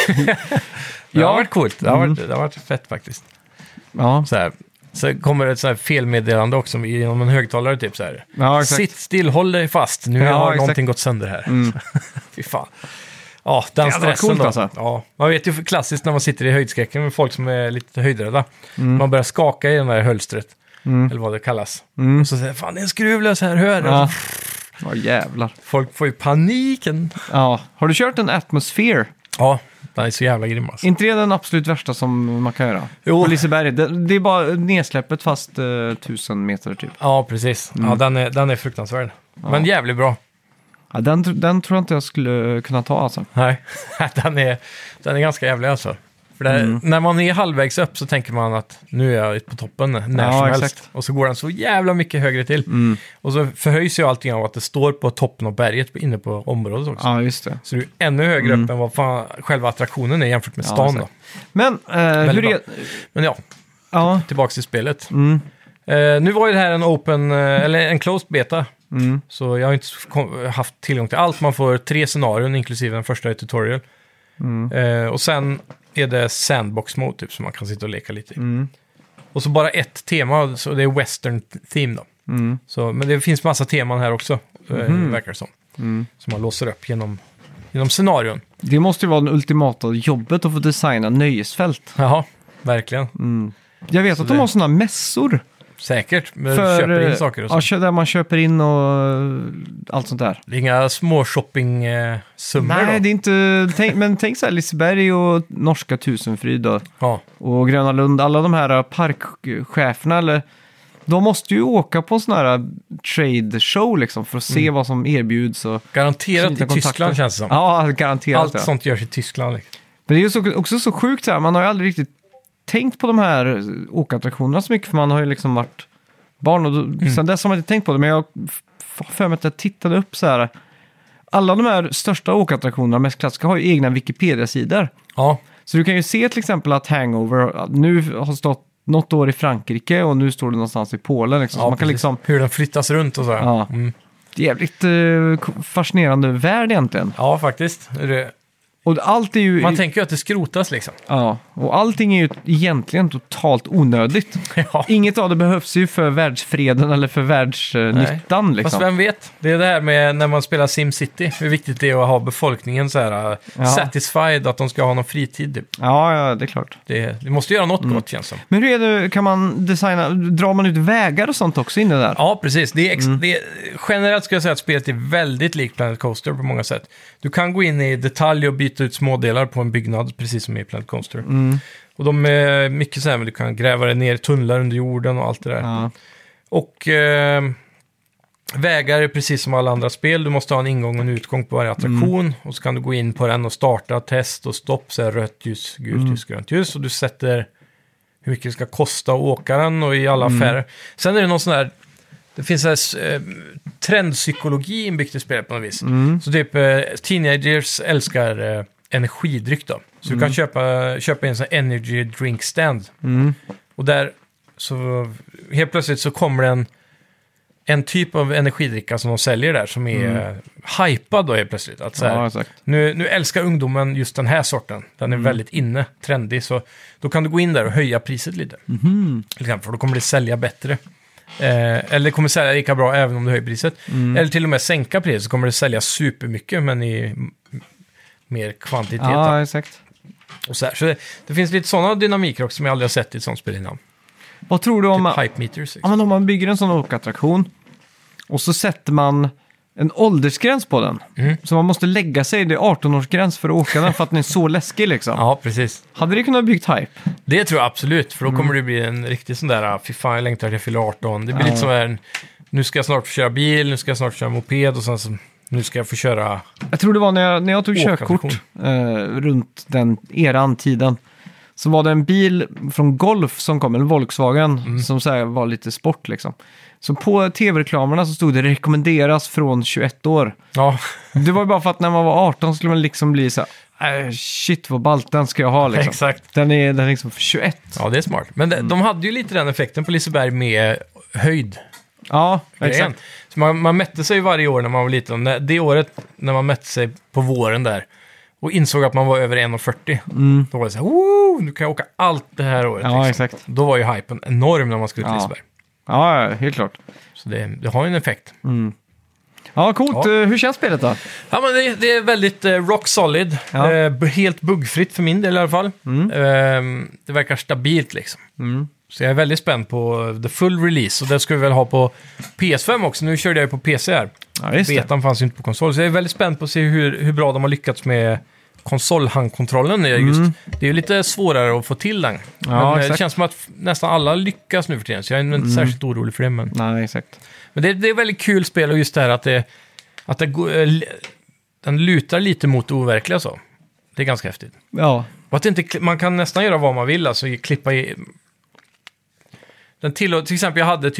Det har varit coolt. Det har varit fett faktiskt. Ja. Så kommer det ett så här felmeddelande också genom en högtalare typ så här. Ja, exakt. Sitt still, håll dig fast. Nu har exakt. någonting gått sönder här. Fy fan. Ja, den Det hade varit stressen coolt, då. alltså. Ja, man vet ju klassiskt när man sitter i höjdskräcken med folk som är lite höjdrädda. Man börjar skaka i den där hölstret. Eller vad det kallas. Och så säger fan det är en skruvlös här, hör. Ja. Ja, jävlar. Folk får ju paniken. Ja. Har du kört en Atmosphere? Ja, den är så jävla grym alltså. Inte det den absolut värsta som man kan göra? Jo. På Liseberg. Det är bara nedsläppet fast 1000 meter typ. Ja, precis. Ja, den är fruktansvärd. Men jävligt bra. Ja, den tror jag inte jag skulle kunna ta alltså. Nej, den är ganska jävlig alltså. För det, när man är halvvägs upp så tänker man att nu är jag på toppen när som helst. Exakt. Och så går den så jävla mycket högre till. Och så förhöjs ju allting av att det står på toppen av berget inne på området också. Ja, just det. Så du är ännu högre upp än vad fan själva attraktionen är jämfört med stan då. exakt. Men hur är... Men ja, Ja. tillbaka till spelet. Nu var ju det här en open, eller en closed beta. Så jag har inte haft tillgång till allt. Man får 3 scenarion inklusive den första tutorial. Och sen är det sandbox mode typ som man kan sitta och leka lite i. Och så bara ett tema, så det är western theme då. Så, men det finns massa teman här också, verkar det som. Som man låser upp genom scenarion. Det måste ju vara den ultimata jobbet att få designa nöjesfält. Jaha, verkligen. Jag vet att de har sådana mässor. Säkert, men du köper in saker och så. Ja, där man köper in och allt sånt där. Det är inga små shopping-summor då? Nej, det är inte... Men tänk så här, Liseberg och norska Tusenfryd och Gröna Lund. Alla de här parkcheferna, eller... De måste ju åka på en sån här trade show liksom för att se vad som erbjuds. Och garanterat i Tyskland känns det som. Ja, garanterat. Allt sånt görs i Tyskland. Liksom. Men det är ju också så sjukt så här. Man har ju aldrig riktigt tänkt på de här åkattraktionerna så mycket, för man har ju liksom varit barn och sen dess har man inte tänkt på det, men jag för mig att jag tittade upp så här. Alla de här största åkattraktionerna, mest klassiska, har ju egna Wikipedia-sidor. Ja. Så du kan ju se till exempel att Hangover nu har stått något år i Frankrike och nu står det någonstans i Polen. Liksom. Ja, så man kan liksom... Hur den flyttas runt och så. Ja. Jävligt fascinerande värld egentligen. Ja, faktiskt. Och allt är ju... Man tänker ju att det skrotas liksom. Ja, och allting är ju egentligen totalt onödigt. Ja. Inget av det behövs ju för världsfreden eller för världsnyttan liksom. Fast vem vet? Det är det här med när man spelar SimCity. Hur viktigt det är att ha befolkningen så här satisfied, att de ska ha någon fritid. Typ. Ja, det är klart. Det måste göra något gott, känns som. Men hur är det, kan man designa, drar man ut vägar och sånt också inne där? Ja, precis. Generellt skulle jag säga att spelet är väldigt likt Planet Coaster på många sätt. Du kan gå in i detalj och byta ut smådelar på en byggnad, precis som i Planet Coaster. Och de är mycket så här, men du kan gräva dig ner i tunnlar under jorden och allt det där. Ja. Och vägar är precis som alla andra spel. Du måste ha en ingång och en utgång på varje attraktion. Och så kan du gå in på den och starta, test och stopp. Så här, rött ljus, gult ljus, grönt ljus. Och du sätter hur mycket det ska kosta att åka den och i alla affärer. Sen är det någon sån här... Det finns här trendpsykologi inbyggt i spelet på något vis. Så typ teenagers älskar energidryck då. Så du kan köpa en sån här energy drink stand. Och där så helt plötsligt så kommer det en typ av energidricka som de säljer där som är hypad då helt plötsligt. Att så här, nu älskar ungdomen just den här sorten. Den är väldigt inne, trendig. Så då kan du gå in där och höja priset lite. Till exempel, för då kommer det sälja bättre. Eller det kommer sälja lika bra även om du höjer priset. Eller till och med sänka priset så kommer det sälja supermycket men i mer kvantitet. Ja, exakt. Och så här. Så det finns lite sådana dynamiker också som jag aldrig har sett i ett sånt spel innan. Vad tror du om... Typ hype meters. Ja, men om man bygger en sån åkattraktion och så sätter man en åldersgräns på den. Så man måste lägga sig, det är 18-årsgräns för att åka den för att den är så läskig liksom. Ja, precis. Hade det kunnat byggt hype? Det tror jag absolut, för då kommer det bli en riktig sån där, fy fan jag längtar till jag fyller 18. Det blir lite som här, nu ska jag snart få köra bil, nu ska jag snart köra moped och sen så, nu ska jag få köra... Jag tror det var när jag tog körkort runt den tiden. Så var det en bil från Golf som kom, en Volkswagen, som så här var lite sport liksom. Så på tv-reklamerna så stod det rekommenderas från 21 år. Ja. Det var ju bara för att när man var 18 skulle man liksom bli så här, shit vad ballt den ska jag ha liksom. Exakt. Den är liksom för 21. Ja, det är smart. Men de hade ju lite den effekten på Liseberg med höjd. Ja, exakt. Så man mätte sig varje år när man var liten. Det året när man mätte sig på våren där och insåg att man var över 1,40. Då var det så här, nu kan jag åka allt det här året. Ja, liksom. exakt. Då var ju hypen enorm när man skulle till Liseberg. Ja, helt klart. Så det har ju en effekt. Ja, coolt. Ja. Hur känns spelet då? Ja, men det är väldigt rock solid. Ja. Helt buggfritt för min del i alla fall. Det verkar stabilt liksom. Så jag är väldigt spänd på the full release. Och det ska vi väl ha på PS5 också. Nu körde jag ju på PC här. Ja, just det. Betan fanns ju inte på konsol. Så jag är väldigt spänd på att se hur bra de har lyckats med konsolhandkontrollen. Det är ju lite svårare att få till den. Ja, men exakt. det känns som att nästan alla lyckas nu för tiden. Så jag är inte särskilt orolig för det. Men Nej, exakt. det är väldigt kul spel och just det här att den lutar lite mot det overkliga så. Det är ganska häftigt. Ja. Och att inte, man kan nästan göra vad man vill, alltså klippa i... till exempel jag hade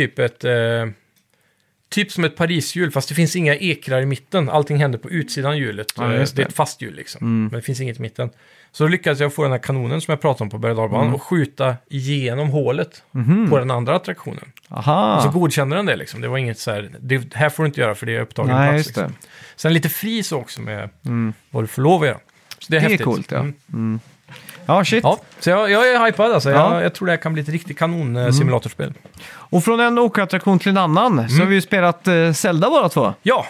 typ som ett Paris-hjul, fast det finns inga ekrar i mitten. Allting händer på utsidan hjulet. Ja, det är ett fast hjul liksom. Men det finns inget i mitten. Så då lyckades jag få den här kanonen som jag pratade om på berg- och dalbanan och skjuta igenom hålet på den andra attraktionen. Aha. Och så godkände den det liksom. Det var inget så här, det här får du inte göra för det är upptagen Nej, plats. just det. Liksom. Sen lite fri så också med vad du får lov att göra. Så det är häftigt. Coolt, ja. Ja, shit. Ja, så jag är hypad alltså. Ja. Jag tror det här kan bli ett riktigt kanon-simulatorspel. Och från en åkattraktion till en annan så har vi ju spelat Zelda bara två. Ja!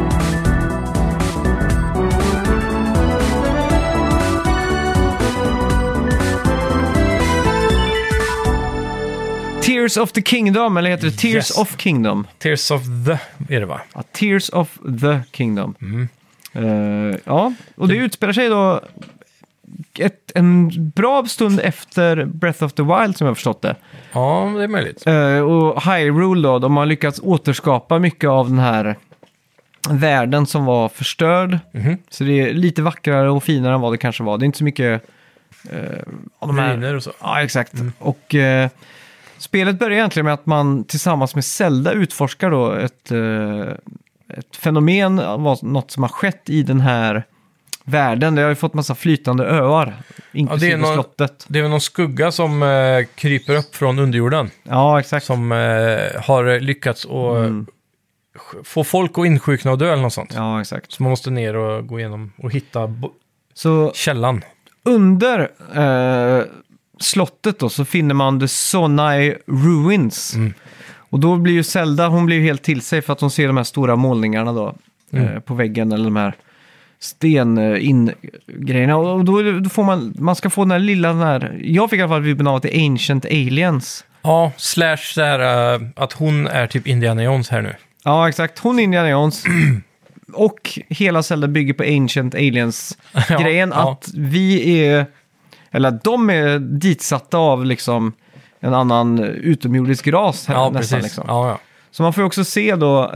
Tears of the Kingdom, eller heter det Tears Yes. of Kingdom? Tears of the är det va? Ja, Tears of the Kingdom. Ja, och det utspelar sig då en bra stund efter Breath of the Wild som jag har förstått det. Ja, det är möjligt. Och Hyrule då, de har lyckats återskapa mycket av den här världen som var förstörd. Så det är lite vackrare och finare än vad det kanske var. Det är inte så mycket av de här... Ruiner och så. Ja, exakt. Och spelet börjar egentligen med att man tillsammans med Zelda utforskar då ett fenomen av något som har skett i den här världen. Det har ju fått massa flytande öar, inklusive slottet. Det är väl någon skugga som kryper upp från underjorden. Ja, exakt. Som har lyckats att få folk att insjukna och dö eller något sånt. Ja, exakt. Så man måste ner och gå igenom och hitta Så Källan. under slottet då så finner man The Sonai Ruins. Och då blir ju Zelda, hon blir ju helt till sig för att hon ser de här stora målningarna då på väggen, eller de här sten-in-grejerna. Och då får man ska få den här lilla, jag fick i alla fall vibben av att det är Ancient Aliens. Ja, slash så här, att hon är typ Indiana Jones här nu. Ja, exakt. Hon är Indiana Jones. Och hela Zelda bygger på Ancient Aliens-grejen. Ja. Att vi är, eller att de är ditsatta av liksom en annan utomjordisk ras här, Ja, nästan. precis. Liksom. Ja. Så man får ju också se då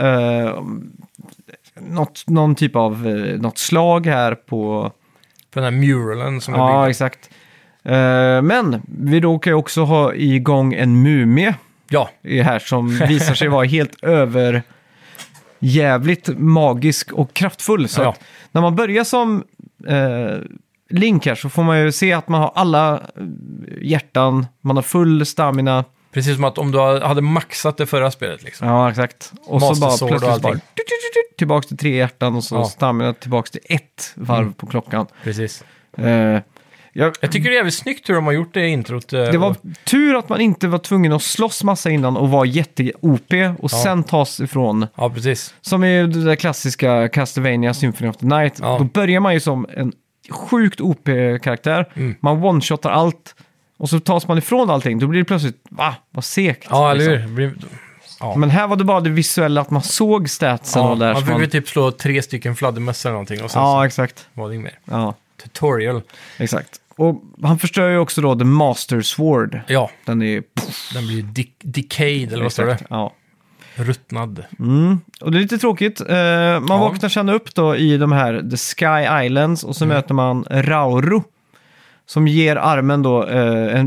någon typ av något slag här på... På den här muralen som är Ja, byggd. exakt. Men vi råkar ju också ha igång en mumie Ja, här som visar sig vara helt jävligt magisk och kraftfull. Så Ja. att när man börjar som Link här så får man ju se att man har alla hjärtan, man har full stamina. precis som att om du hade maxat det förra spelet liksom. Ja, exakt. Och så Master bara Sword och plötsligt bara allting. tillbaka till 3 hjärtan och så Ja. stamina tillbaka till 1 varv på klockan. Precis. Jag Jag tycker det är jävligt snyggt hur de har gjort det introt. Det var tur att man inte var tvungen att slåss massa innan och vara jätte-OP och sen tas ifrån. Ja, precis. Som är det där klassiska Castlevania Symphony of the Night. Ja. Då börjar man ju som en sjukt OP-karaktär. Man one-shotar allt och så tas man ifrån allting. Då blir det plötsligt, vad segt. Ja, eller liksom. hur? Ja. Men här var det bara det visuella att man såg statsen och där. Man så fick ju typ slå 3 stycken fladdermöss eller någonting och sen Ja, så exakt. var det inget mer. Ja, Tutorial. exakt. Och han förstör ju också då The Master Sword. Ja, Den är... den blir ju decayed, eller vad står det? Exakt, ja. Ruttnad. Och det är lite tråkigt. Man vaknar sen upp då i de här The Sky Islands och så möter man Rauru som ger armen då en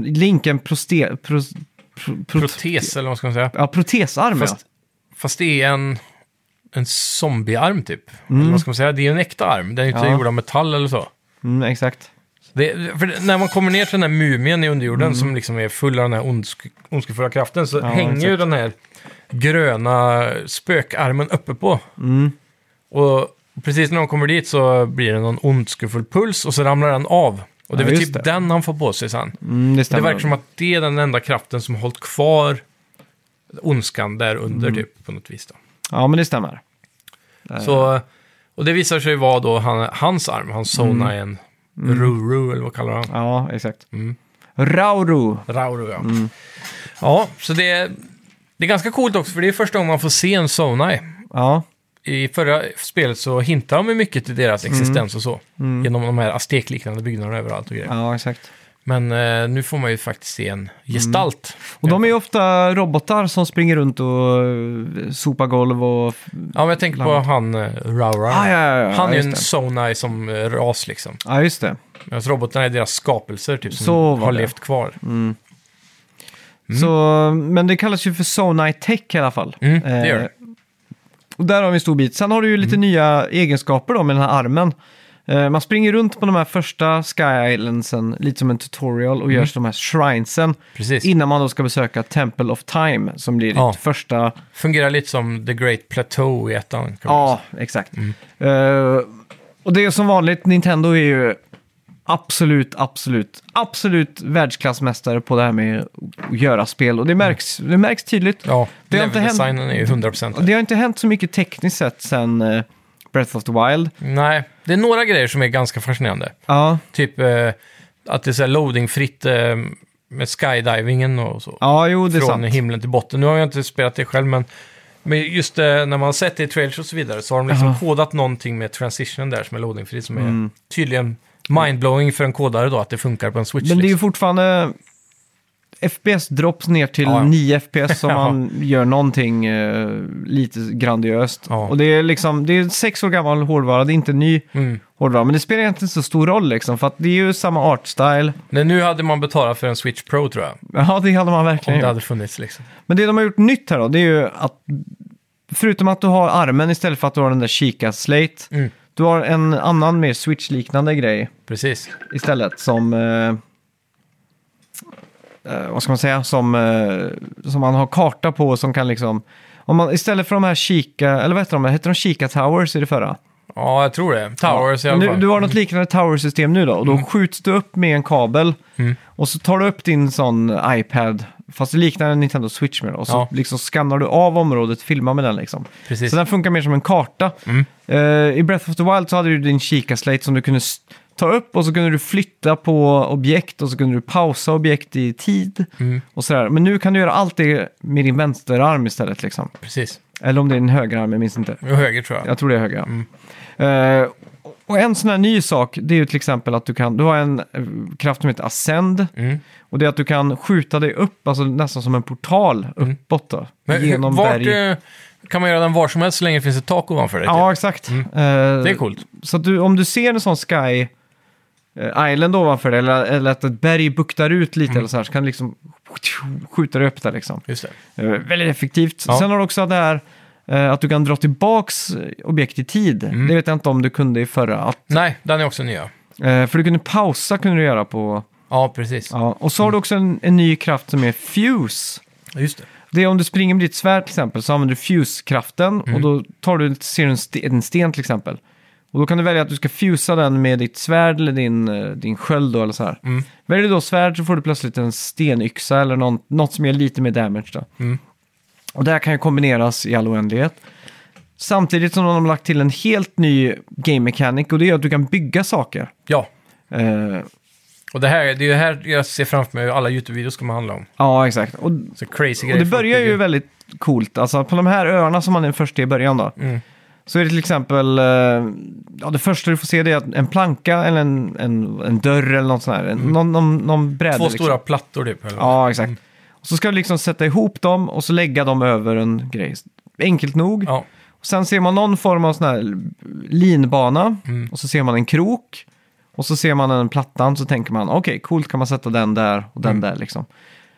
Protes, eller vad ska man säga. Ja, protesarm. Fast det är en zombiearm typ. Eller vad ska man säga? Det är en äkta arm. Den är inte gjord av metall eller så. Exakt. För när man kommer ner till den här mumien i underjorden som liksom är full av den här ondskefulla kraften så hänger ju den här gröna spökarmen uppe på. Och precis när de kommer dit så blir det någon ondskefull puls och så ramlar den av. Och det är väl just typ det. den han får på sig sen. Det Det stämmer. verkar som att det är den enda kraften som har hållit kvar ondskan där under typ på något vis då. Ja, men det stämmer. Så, och det visar sig vara då hans arm, hans Sonaien Ruru, eller vad kallar han? Ja, exakt. Rauru. Rauru, ja. Ja, så det är ganska coolt också, för det är första gången man får se en Sonai. Ja, I förra spelet så hintar de ju mycket till deras existens och så. Genom de här aztekliknande byggnaderna överallt och grejer. ja, exakt. Men nu får man ju faktiskt se en gestalt. Och de är ju ofta robotar som springer runt och sopar golv och... Ja, men jag tänker på han Raura. Ja, Han är ju just en det. Sonai som ras liksom. Ja, just det. Medan robotarna är deras skapelser typ, som Så var har det. levt kvar. Så, men det kallas ju för Sonai Tech i alla fall. Det gör det. Och där har vi en stor bit. Sen har du ju lite nya egenskaper då med den här armen. Man springer runt på de här första Sky Islandsen, lite som en tutorial, och gör de här shrinesen. Precis. Innan man då ska besöka Temple of Time, som blir Ja. ditt första... Fungerar lite som The Great Plateau i ettan. kan man Ja, exakt. Och det är som vanligt, Nintendo är ju absolut världsklassmästare på det här med att göra spel. Och det märks tydligt. Ja, Det har inte hänt- leveldesignen är ju 100%. Det har inte hänt så mycket tekniskt sett sen Breath of the Wild. Nej, det är några grejer som är ganska fascinerande. Ja, Typ att det är så här loadingfritt med skydivingen och så. ja jo, det är Från sant. himlen till botten. Nu har jag inte spelat det själv, men just när man har sett det i trailers och så vidare så har de liksom kodat någonting med transitionen där som är loadingfritt, som är tydligen mindblowing för en kodare då, att det funkar på en Switch. Men det är ju liksom. fortfarande FPS-drops ner till Ja. 9 FPS om Ja. man gör någonting lite grandiöst. Ja. Och det är liksom, det är 6 år gammal hårdvara, det är inte ny hårdvara. Men det spelar egentligen inte så stor roll liksom, för att det är ju samma artstyle. Men nu hade man betalat för en Switch Pro, tror jag. Ja, det hade man Om verkligen det gjort. hade funnits liksom. Men det de har gjort nytt här då, det är ju att förutom att du har armen istället för att du har den där Chica-slate, du har en annan mer Switch-liknande grej Precis. istället som... vad ska man säga? Som man har karta på, som kan liksom... Om man, istället för de här Chica... Eller vad heter de? Heter de Chica Towers i det förra? Ja, jag tror det. Towers i alla fall. Du har något liknande tower-system nu då, och då skjuts du upp med en kabel och så tar du upp din sån iPad, fast det liknar en Nintendo Switch med, och så liksom skannar du av området, filmar med den liksom. Precis. Så den funkar mer som en karta. I Breath of the Wild så hade du din kikaslate som du kunde ta upp, och så kunde du flytta på objekt, och så kunde du pausa objekt i tid och sådär. Men nu kan du göra allt det med din vänsterarm istället liksom. Precis. Eller om det är en högerarm, jag minns inte. Höger tror jag. Jag tror det är höger, ja. Och en sån här ny sak, det är ju till exempel att du har en kraft som heter Ascend. Och det är att du kan skjuta dig upp, alltså nästan som en portal uppåt då. Men genom vart berg. kan man göra den var som helst så länge det finns ett tak ovanför dig? Ja, exakt. Det är coolt. Så att om du ser en sån Sky Island ovanför dig, eller att ett berg buktar ut lite eller så här, så kan du liksom skjuta dig upp där liksom. Just Väldigt effektivt. Ja. Sen har du också det här att du kan dra tillbaks objekt i tid. Det vet jag inte om du kunde i förra. Nej, den är också nya. För du kunde pausa kunde du göra på... Ja, precis. Ja. Och så har du också en ny kraft som är Fuse. Just det. Det är om du springer med ditt svärd till exempel, så använder du Fuse-kraften och då tar du en sten till exempel. Och då kan du välja att du ska fusa den med ditt svärd eller din sköld då, eller så här. Väljer du då svärd så får du plötsligt en stenyxa eller något som ger lite mer damage då. Och det här kan ju kombineras i all oändlighet. Samtidigt som de har lagt till en helt ny game mechanic, och det är att du kan bygga saker. Ja. Och det är ju här jag ser framför mig alla YouTube-videos ska man handla om. Ja, exakt. Och Så crazy det börjar ju väldigt coolt. Alltså på de här öarna som man är först i början då. Så är det till exempel, det första du får se det är en planka eller en dörr eller något sånt här. Någon bräda. Två liksom. stora plattor typ. Eller? Ja, exakt. Och så ska du liksom sätta ihop dem och så lägga dem över en grej. Enkelt nog. Ja. Och sen ser man någon form av sån här linbana. Och så ser man en krok. Och så ser man en plattan, så tänker man, okej, coolt, kan man sätta den där och den där liksom.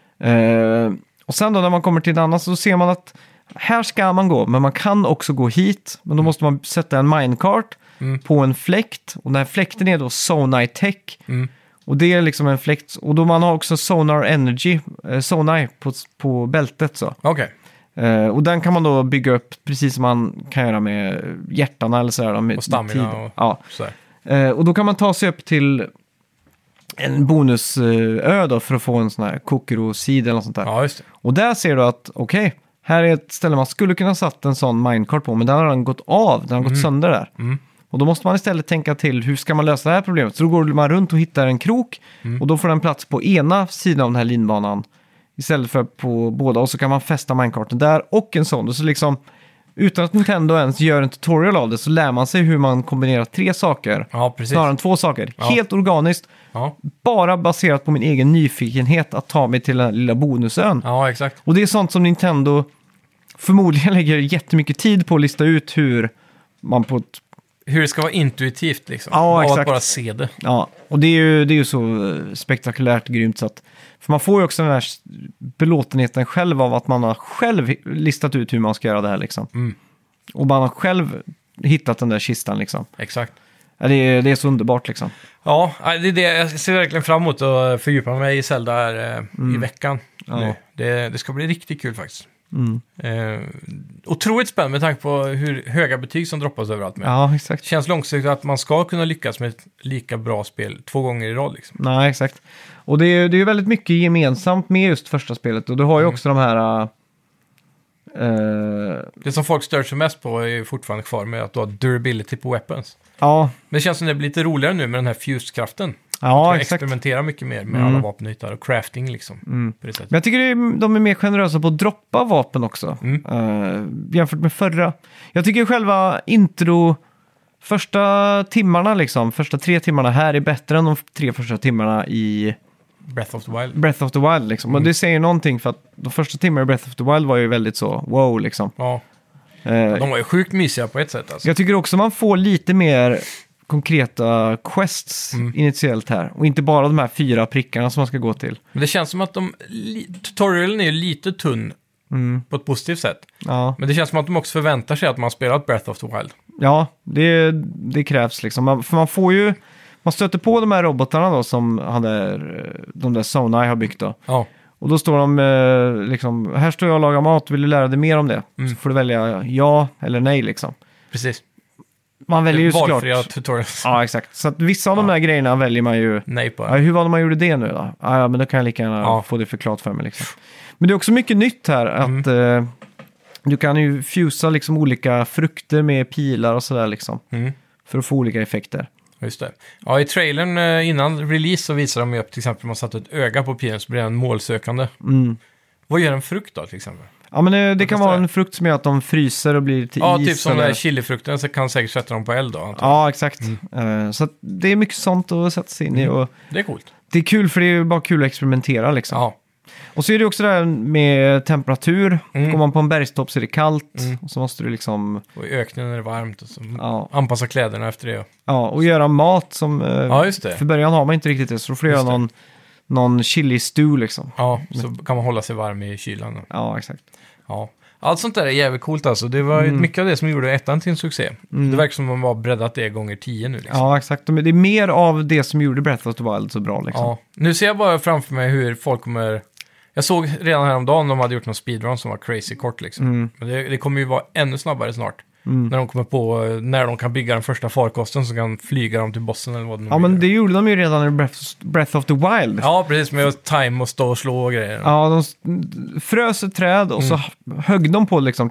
Och sen då när man kommer till en annan så ser man att här ska man gå, men man kan också gå hit. Men då måste man sätta en minecart på en fläkt. Och den här fläkten är då Sonai Tech. Och det är liksom en fläkt. Och då man har också Sonar Energy, Sonai på bältet så. Okej. Och den kan man då bygga upp precis som man kan göra med hjärtarna eller sådär. Med Och stamina och ja. sådär. Och då kan man ta sig upp till en bonusö då för att få en sån här Kokoro-sid eller något sånt där. Ja, just det. Och där ser du att, okej, här är ett ställe man skulle kunna satt en sån minecart på, men den har gått av, den har gått sönder där. Och då måste man istället tänka till, hur ska man lösa det här problemet? Så då går man runt och hittar en krok, och då får den plats på ena sidan av den här linbanan istället för på båda, och så kan man fästa minecarten där och en sån. Och så liksom, utan att Nintendo ens gör en tutorial av det, så lär man sig hur man kombinerar 3 saker, Ja, precis. snarare än 2 saker. Ja. Helt organiskt, Ja. bara baserat på min egen nyfikenhet att ta mig till den här lilla bonusön. Ja, exakt. Och det är sånt som Nintendo förmodligen lägger jättemycket tid på att lista ut hur man på ett... Hur det ska vara intuitivt liksom. Ja, Av exakt. att bara se det. Ja, och det är ju så spektakulärt grymt så att... För man får ju också den här belåtenheten själv av att man har själv listat ut hur man ska göra det här liksom. Och man har själv hittat den där kistan liksom. Exakt. Ja, det är så underbart liksom. Ja, det är det. Jag ser verkligen fram emot att fördjupa mig i Zelda här i veckan. Ja. Nu. Det ska bli riktigt kul faktiskt. Otroligt spännande med tanke på hur höga betyg som droppas överallt med. Ja, exakt. Känns långsiktigt att man ska kunna lyckas med ett lika bra spel 2 gånger i rad liksom. Nej, exakt. Och det är ju väldigt mycket gemensamt med just första spelet. Och du har ju också de här... Det som folk stör sig mest på är ju fortfarande kvar med att du har durability på weapons. ja, Men det känns som det blir lite roligare nu med den här fuse-kraften. ja, Jag exakt. experimentera mycket mer med alla vapen du hittar och crafting liksom. På det sättet. Men jag tycker de är mer generösa på att droppa vapen också. Jämfört med förra. Jag tycker själva första timmarna liksom, första 3 timmarna här är bättre än de 3 första timmarna i Breath of the Wild. Breath of the Wild liksom. Och det säger någonting för att de första timmarna i Breath of the Wild var ju väldigt så, wow liksom. Ja, de var ju sjukt mysiga på ett sätt alltså. Jag tycker också man får lite mer konkreta quests initiellt här. Och inte bara de här 4 prickarna som man ska gå till. Men det känns som att tutorialen är ju lite tunn på ett positivt sätt. Ja, Men det känns som att de också förväntar sig att man spelat Breath of the Wild. ja det krävs liksom. För man får ju... Man stöter på de här robotarna då som de där Sonai har byggt då. Ja, Och då står de liksom, här står jag och lagar mat, vill du lära dig mer om det? Så får du välja ja eller nej liksom. precis. Man väljer ju såklart... valfria tutorials. Ja, exakt. Så att vissa av de här grejerna väljer man ju... Nej på. Ja, hur var det man gjorde det nu då? Ja, men då kan jag lika gärna få det förklarat för mig. Liksom. Men det är också mycket nytt här. Att du kan ju fusa liksom olika frukter med pilar och sådär liksom. För att få olika effekter. Just det. Ja, i trailern innan release så visar de ju upp till exempel om man satt ett öga på pilen så blir den målsökande. Vad gör en frukt då till exempel? Ja, men det kan vara en frukt som gör att de fryser och blir till is. Ja, typ som eller... den här chilifrukten så kan säkert sätta dem på eld då. Ja, exakt. Så att det är mycket sånt att sätta sig in i. Och det är coolt. det är kul för det är bara kul att experimentera liksom. Ja. Och så är det också det här med temperatur. Går man på en bergstopp så är det kallt. Och så måste du liksom... Och i öknen är det varmt och så anpassa kläderna efter det. Ja, och göra mat som... just det. För början har man inte riktigt det, så då får du göra någon chili stew liksom. Ja, så kan man hålla sig varm i kylan. Ja, exakt. Ja. Allt sånt där är jävligt coolt alltså. Det var ju mycket av det som gjorde ettan till en succé. Det verkar som att man har breddat det gånger 10 nu. Liksom. Ja, exakt. Det är mer av det som gjorde Breath of the Wild så bra. Liksom. Ja. Nu ser jag bara framför mig hur folk kommer... Jag såg redan häromdagen de hade gjort någon speedrun som var crazy kort. Liksom. Men det kommer ju vara ännu snabbare snart. När de kommer på när de kan bygga den första farkosten så kan flyga dem till bossen eller vad de Ja, men det gjorde de ju redan i Breath of the Wild. Ja, precis. Med time och stå och slå och grejer. Ja, de frös ett träd och så högg de på liksom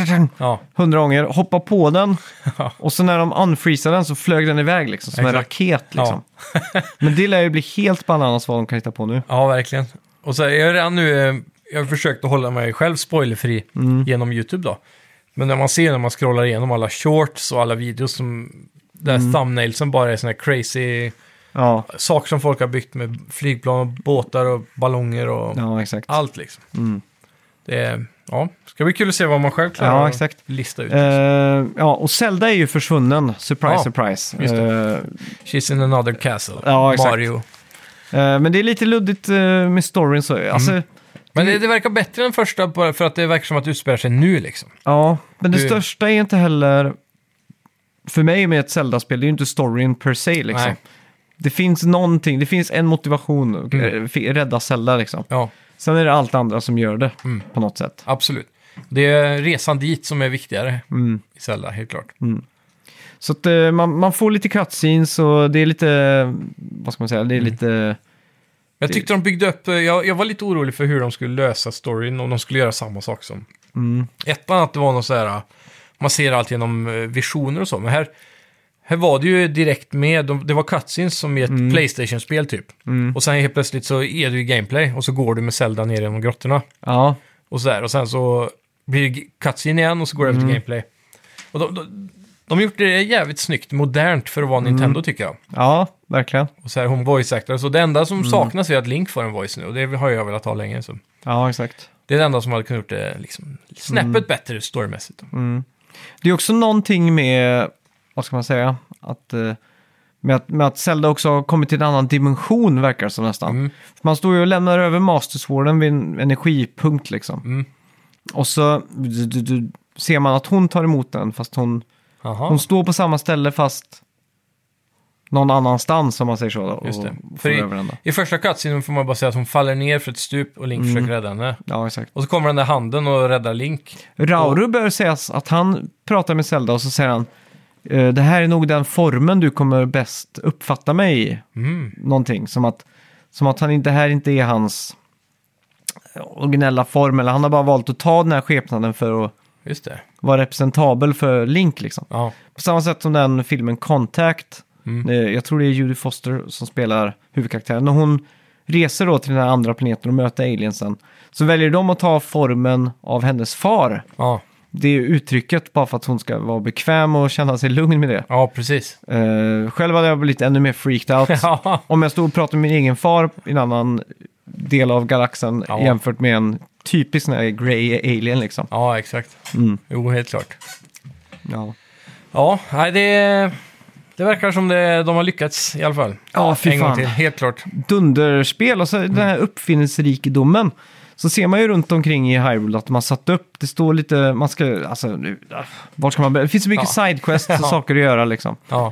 100 gånger, hoppa på den och så när de unfreezade den så flög den iväg liksom, som en raket liksom. Men det lär ju bli helt bananas vad de kan hitta på nu. Ja, verkligen. Och så är jag redan nu, jag har försökt att hålla mig själv spoilerfri genom YouTube då. Men när man ser när man scrollar igenom alla shorts och alla videos som där thumbnailsen bara är såna här crazy saker som folk har byggt med flygplan och båtar och ballonger och allt liksom. Det är, ska bli kul att se vad man själv klarar att lista ut. Och Zelda är ju försvunnen. Surprise, surprise. Just det. She's in another castle. Ja, exakt. Mario. Men det är lite luddigt med storyn så. Alltså, men det verkar bättre än första för att det verkar som att det utspelar sig nu liksom. Ja, men det största är inte heller för mig med ett Zelda-spel, det är ju inte storyn per se liksom. Nej. Det finns någonting, det finns en motivation, rädda Zelda liksom. Ja. Sen är det allt andra som gör det på något sätt. Absolut. Det är resan dit som är viktigare i Zelda, helt klart. Så att man får lite cutscenes och det är lite, vad ska man säga, det är lite... Jag tyckte de byggde upp, jag var lite orolig för hur de skulle lösa storyn om de skulle göra samma sak som ettan, att det var något så här, man ser allt genom visioner och så, men här var det ju direkt med, det var cutscenes som i ett PlayStation-spel typ. Och sen helt plötsligt så är du i gameplay och så går du med Zelda ner genom grottorna. Ja. Och så där, och sen så blir det cutscene igen och så går det över till gameplay. Och de har gjort det jävligt snyggt, modernt för att vara Nintendo tycker jag. Ja, verkligen. Och så här hon voice actor. Så det enda som saknas är att Link får en voice nu. Och det har jag velat ha länge. Så. Ja, exakt. Det är det enda som hade kunnat gjort det liksom, snäppet bättre storymässigt. Det är också någonting med, vad ska man säga, att, med att Zelda också har kommit till en annan dimension verkar det som nästan. Man står ju och lämnar över Master Sworden vid en energipunkt liksom. Och så ser man att hon tar emot den fast hon står på samma ställe fast någon annanstans om man säger så. Just det. För i första cutscenen får man bara säga att hon faller ner för ett stup och Link försöker rädda henne. Ja, exakt. Och så kommer den där handen och räddar Link. Rauru bör sägas att han pratar med Zelda och så säger han det här är nog den formen du kommer bäst uppfatta mig i. Någonting som att det här inte är hans originella form, eller han har bara valt att ta den här skepnaden för att vara representabel för Link liksom. Ja. På samma sätt som den filmen Contact. Jag tror det är Judy Foster som spelar huvudkaraktären. När hon reser då till den här andra planeten och möter aliensen så väljer de att ta formen av hennes far. Ja. Det är uttrycket bara för att hon ska vara bekväm och känna sig lugn med det. Ja, precis. Själv hade jag blivit ännu mer freaked out. Om jag stod och pratade med min egen far i en annan del av galaxen jämfört med en typisk sån här grey alien liksom. Ja, exakt. Jo, helt klart. Ja. Ja, nej, det verkar som de har lyckats i alla fall. Ja, fy en fan. gång till, helt klart. Dunderspel, och så den här uppfinningsrikedomen. Så ser man ju runt omkring i Hyrule att man satt upp, det står lite, man ska, alltså, vart ska man börja? Det finns så mycket sidequests och saker att göra liksom. Ja.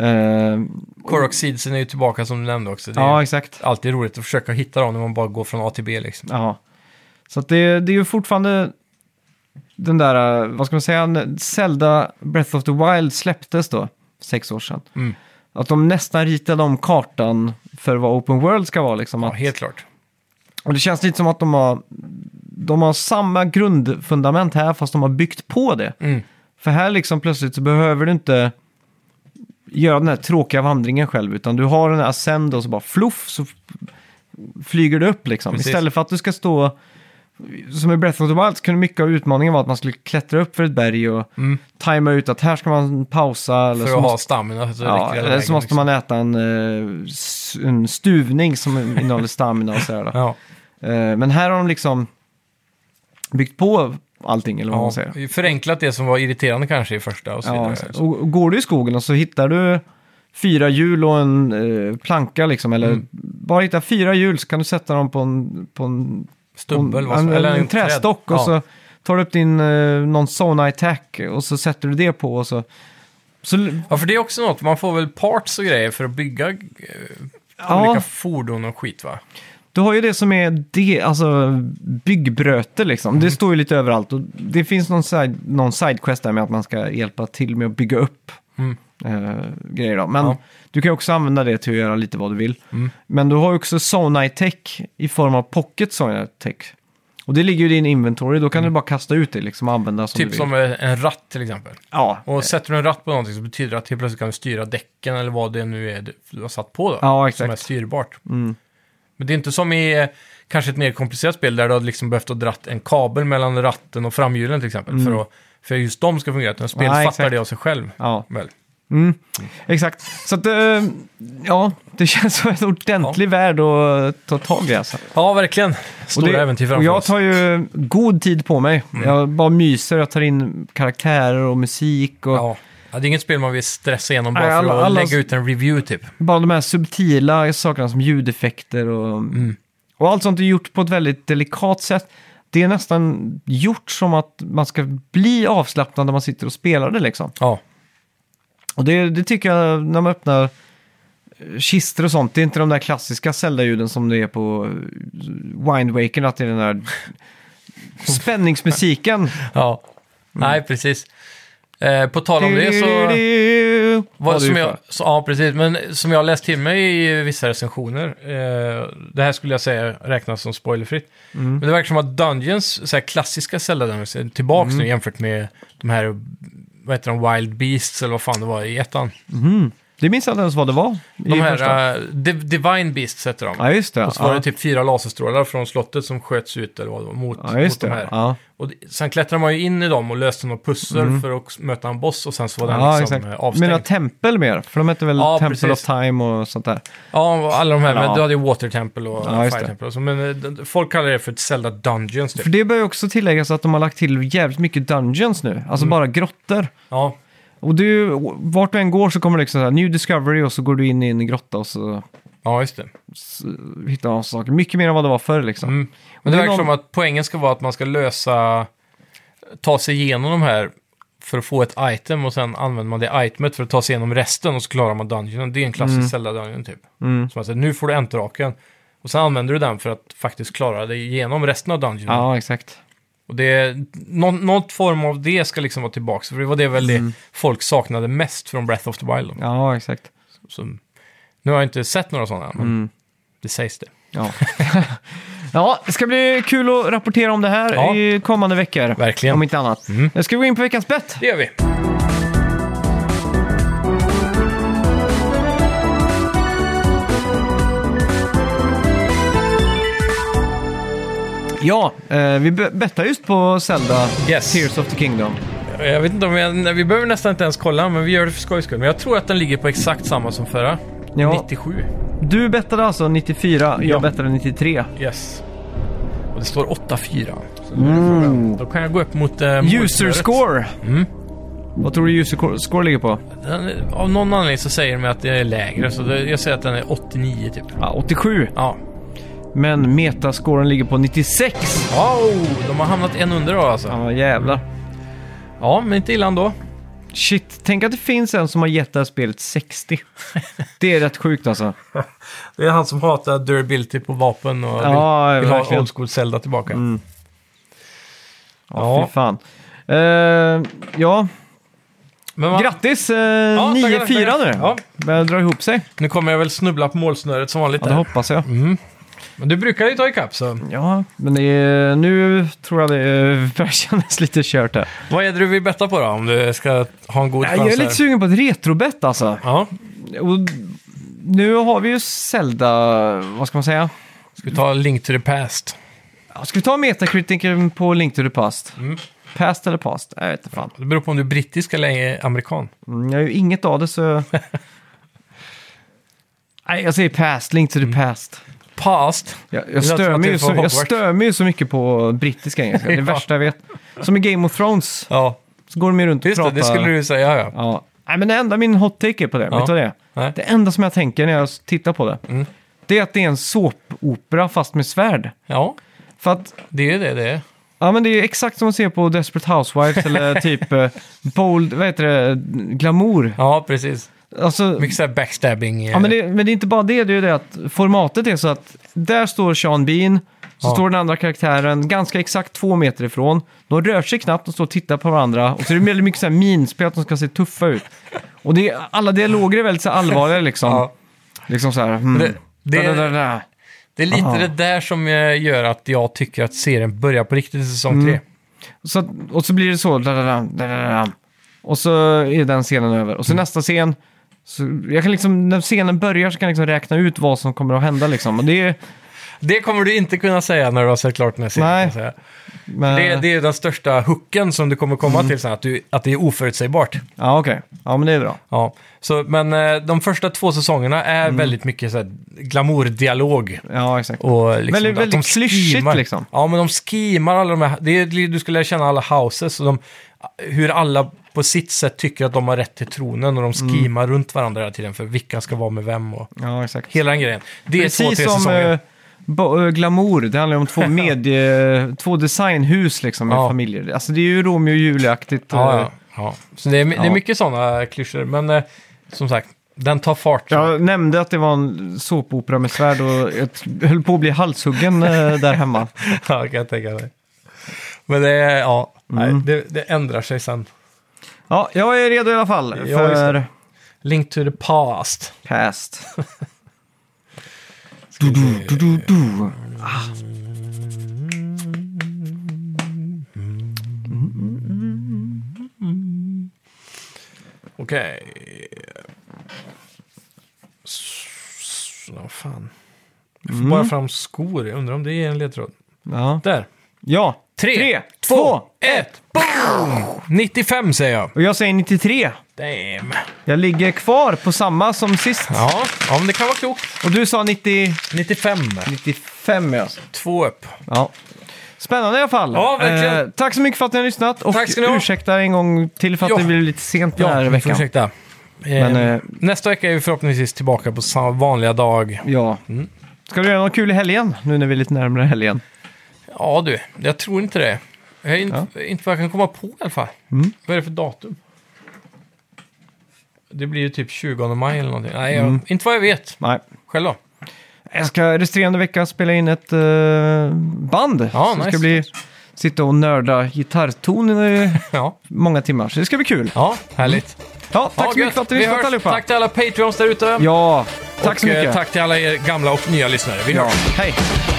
Korok Seedsen är ju tillbaka som du nämnde också. Det är exakt. Alltid roligt att försöka hitta dem när man bara går från A till B liksom. Ja. Så att det är ju fortfarande den där, vad ska man säga, Zelda Breath of the Wild släpptes då, 6 år sedan. Att de nästan ritade om kartan för vad Open World ska vara. Liksom, Ja, att, helt klart. och det känns lite som att de har samma grundfundament här, fast de har byggt på det. För här liksom plötsligt så behöver du inte göra den här tråkiga vandringen själv, utan du har den här ascend och så bara fluff, så flyger du upp liksom. Precis. Istället för att du ska stå, som i Breath of the Wild, så kunde mycket av utmaningen vara att man skulle klättra upp för ett berg och tajma ut att här ska man pausa. Eller För så att ha måste, stamina. Så ja, räcker eller så måste man äta en stuvning som innehåller stamina och sådär. Ja. Men här har de liksom byggt på allting, eller vad man säger. Ja, förenklat det som var irriterande kanske i första och så Ja, vidare. och går du i skogen och så hittar du 4 hjul och en planka liksom, eller bara hitta 4 hjul, så kan du sätta dem på en Stubbel, eller en trästock och så tar du upp din någon Sonai Attack och så sätter du det på och så Ja, för det är också något. Man får väl parts och grejer för att bygga olika fordon och skit, va? du har ju det som är alltså byggbröte liksom. Det står ju lite överallt och det finns någon sidequest där med att man ska hjälpa till med att bygga upp grejer då. Men du kan ju också använda det till att göra lite vad du vill. Men du har ju också Sonai Tech i form av Pocket Sonai Tech. Och det ligger ju i din inventory, då kan du bara kasta ut det liksom och använda som Typ du vill. som en ratt till exempel. Ja, Och sätter du en ratt på någonting så betyder det att helt plötsligt kan du styra däcken eller vad det nu är du har satt på då. Ja, exakt. Som är styrbart. Men det är inte som i kanske ett mer komplicerat spel där du har liksom behövt att dratt en kabel mellan ratten och framhjulen till exempel. För just de ska fungera. Utan spel fattar exakt. det av sig själv. Ja. Väl. Exakt. Så att, ja, det känns som en ordentlig värld att ta tag i alltså. Ja, verkligen. Stora äventyr och framför jag oss. tar ju god tid på mig. Jag bara myser, jag tar in karaktärer och musik och Ja, det är inget spel man vill stressa igenom bara Nej, för att alla- lägga ut en review typ. bara de här subtila sakerna som ljudeffekter och allt sånt är gjort på ett väldigt delikat sätt. Det är nästan gjort som att man ska bli avslappnad när man sitter och spelar det liksom. Ja, Och det tycker jag när man öppnar kister och sånt. Det är inte de där klassiska Zelda-ljuden som det är på Wind Waker, att det är den där spänningsmusiken. ja. Nej, precis. På tal om det så... Vad Som ja, precis. Men som jag har läst till mig i vissa recensioner, det här skulle jag säga räknas som spoilerfritt. Men det verkar som att Dungeons, så här klassiska Zelda-Dungeons, är tillbaka nu jämfört med de här, vad heter de, Wild Beasts eller vad fan det var i ettan. Det minns jag inte ens vad det var. De här Divine Beasts heter de. Ja, just det. Och så var det typ 4 laserstrålar från slottet som sköts ut eller vad det var, mot de här. Ja. Och sen klättrar man ju in i dem och löste några pussel för att möta en boss och sen så var den Ja, liksom exakt. avstängd. Men tempel mer, för de heter väl Ja, Temple precis. of Time och sånt där. Ja, alla de här, Ja. men du hade ju Water Temple och Ja, just Fire det. Temple och så, men folk kallar det för ett Zelda Dungeons typ. För det bör ju också tilläggas att de har lagt till jävligt mycket dungeons nu. Alltså bara grottor. Ja, Och vart du än går så kommer det liksom så här, New Discovery och så går du in i en grotta och så ja, just det. hittar man saker. Mycket mer än vad det var förr liksom. Men det det är verkar någon- som att poängen ska vara att man ska ta sig igenom de här för att få ett item och sen använder man det itemet för att ta sig igenom resten och så klarar man dungeonen. Det är en klassisk Zelda-dungeon typ. Som man säger, nu får du enterraken. Och sen använder du den för att faktiskt klara dig igenom resten av dungeonen. Ja, exakt. Och det är något form av det ska liksom vara tillbaka. För det var det väl det folk saknade mest från Breath of the Wild. Ja, exakt. Så, nu har jag inte sett några sådana, men det sägs det. Ja. Ja, det ska bli kul att rapportera om det här Ja. i kommande veckor. Verkligen. Om inte annat. Nu ska vi gå in på veckans bett. Det gör vi. Ja, vi bettar just på Zelda Yes. Tears of the Kingdom. Jag vet inte om vi behöver nästan inte ens kolla, men vi gör det för skojs skull. Men jag tror att den ligger på exakt samma som förra. Ja. 97. Du bettade alltså 94, Ja. jag bettade 93. Yes. Och det står 8-4. Så nu är det frågan. Då kan jag gå upp mot User målsnöret. score. Vad tror du user score ligger på? Av någon anledning så säger de att det är lägre. Så jag säger att den är 89 typ. Ja, 87. Ja. Men metascoren ligger på 96. Wow, de har hamnat en under då alltså. Ja, jävlar. Ja, men inte illa ändå. Shit, tänk att det finns en som har gett det här spelet 60. Det är rätt sjukt alltså. Det är han som hatar durability på vapen och Ja, vill ha verkligen. old school Zelda tillbaka. Ja, fy fan. Ja, Men grattis! tackar, 9-4 nu. Ja. Börjar dra ihop sig. Nu kommer jag väl snubbla på målsnöret som vanligt. Ja, det där. hoppas jag. Men du brukar ju ta ikapp så. Ja, men nu tror jag det börjar kännas lite kört här. Vad är det du vill betta på då? Om du ska ha en god chans Jag är här? lite sugen på ett retrobett alltså. Ja. Och nu har vi ju Zelda, vad ska man säga? Ska vi ta Link to the Past? Ja, ska vi ta Metacriticen på Link to the Past? Past eller Past? Jag vet inte fan. Det beror på om du är brittisk eller amerikan. Jag är ju inget av det så... Nej, jag säger Past, Link to the Past. Past? Jag låter som stör att mig det ju är så, för jag Hogwarts. stör mig ju så mycket på brittiska engelska. Det är det Ja. värsta jag vet. Som i Game of Thrones. Ja, Så går de ju runt och just det. pratar. Det skulle du säga, ja. Ja. Nej, men det enda min hot take är på det. Ja. Vet du vad det är? Nej. Det enda som jag tänker när jag tittar på det. Det är att det är en såpopera fast med svärd. Ja, För att, det är det är. ja men det är exakt som att se på Desperate Housewives eller typ bold, vad heter det, glamour. Ja, precis. Alltså, Mycket såhär backstabbing. ja, men det är inte bara det, det är ju det att formatet är så att där står Sean Bean, så Ja. står den andra karaktären ganska exakt 2 meter ifrån. De rör sig knappt, de står och tittar på varandra. Och så är det väldigt mycket så här minspel att de ska se tuffa ut. Och det är, alla dialoger är väldigt så allvarliga liksom. Ja. Liksom så här, Det är- da. Det är lite Aha. det där som gör att jag tycker att serien börjar på riktigt i säsong 3. Så, och så blir det så, da. Och så är den scenen över. Och så nästa scen, så jag kan liksom, när scenen börjar så kan jag liksom räkna ut vad som kommer att hända liksom. Och det är... Det kommer du inte kunna säga när du har sett klart den här serien. Nej. kan jag säga. Men, Det är den största hooken som du kommer komma till sen, att det är oförutsägbart. ja, okej. Ja, men det är bra. Ja. Så, men de första 2 säsongerna är väldigt mycket så här, glamour-dialog. Ja, exakt. Och liksom, Väldigt- att väldigt klyschigt, schemar. liksom. Ja, men de schemar alla de här. Du skulle lära känna alla houses och hur alla på sitt sätt tycker att de har rätt till tronen och de schemar runt varandra hela tiden för vilka ska vara med vem och Ja, exakt. hela den grejen. Det är 2-3 Precis som säsonger. Glamour, det handlar ju om två designhus liksom med Ja. familjer. Alltså det är ju Romeo och Julia-aktigt. Ja. Så det är mycket sådana klyschor, men som sagt, den tar fart. Jag nämnde att det var en såpopera med svärd och jag höll på att bli halshuggen där hemma. Ja, kan jag tänka mig. Men det ändrar sig sen. Ja, jag är redo i alla fall Ja, för Link to the Past. Past. Okej. Vad fan. Jag får bara fram skor. Jag undrar om det är en ledtråd. Ja. Där. Ja. 3, 2, 1, boom! 95 säger jag. Och jag säger 93. Damn. Jag ligger kvar på samma som sist. Ja, men det kan vara klokt. Och du sa 95. 95, ja. 2 upp. Ja. Spännande i alla fall. Ja, verkligen. Tack så mycket för att ni har lyssnat. Och Tack ska ni ha. ursäkta en gång till för att Ja. det blev lite sent den här Ja, vi får veckan. ursäkta. Men, nästa vecka är vi förhoppningsvis tillbaka på samma vanliga dag. Ja. Ska du göra något kul i helgen? Nu när vi är lite närmare helgen. Ja du, jag tror inte det. Jag är inte vad jag kan komma på i alla fall. Vad är det för datum? Det blir ju typ 20 maj eller någonting. Nej, inte vad jag vet. Nej. Själv då? Jag ska resterande vecka spela in ett band. Ja, Så det nice. ska bli sitta och nörda gitarrton i Ja, många timmar. Så det ska bli kul. ja härligt. Ja, tack Ja, så mycket gött. för att ni Vi lyssnat hörs. allihopa. Tack till alla Patreons där ute. Ja, tack och så mycket. tack till alla er gamla och nya lyssnare. Vi Ja, hörs. hej.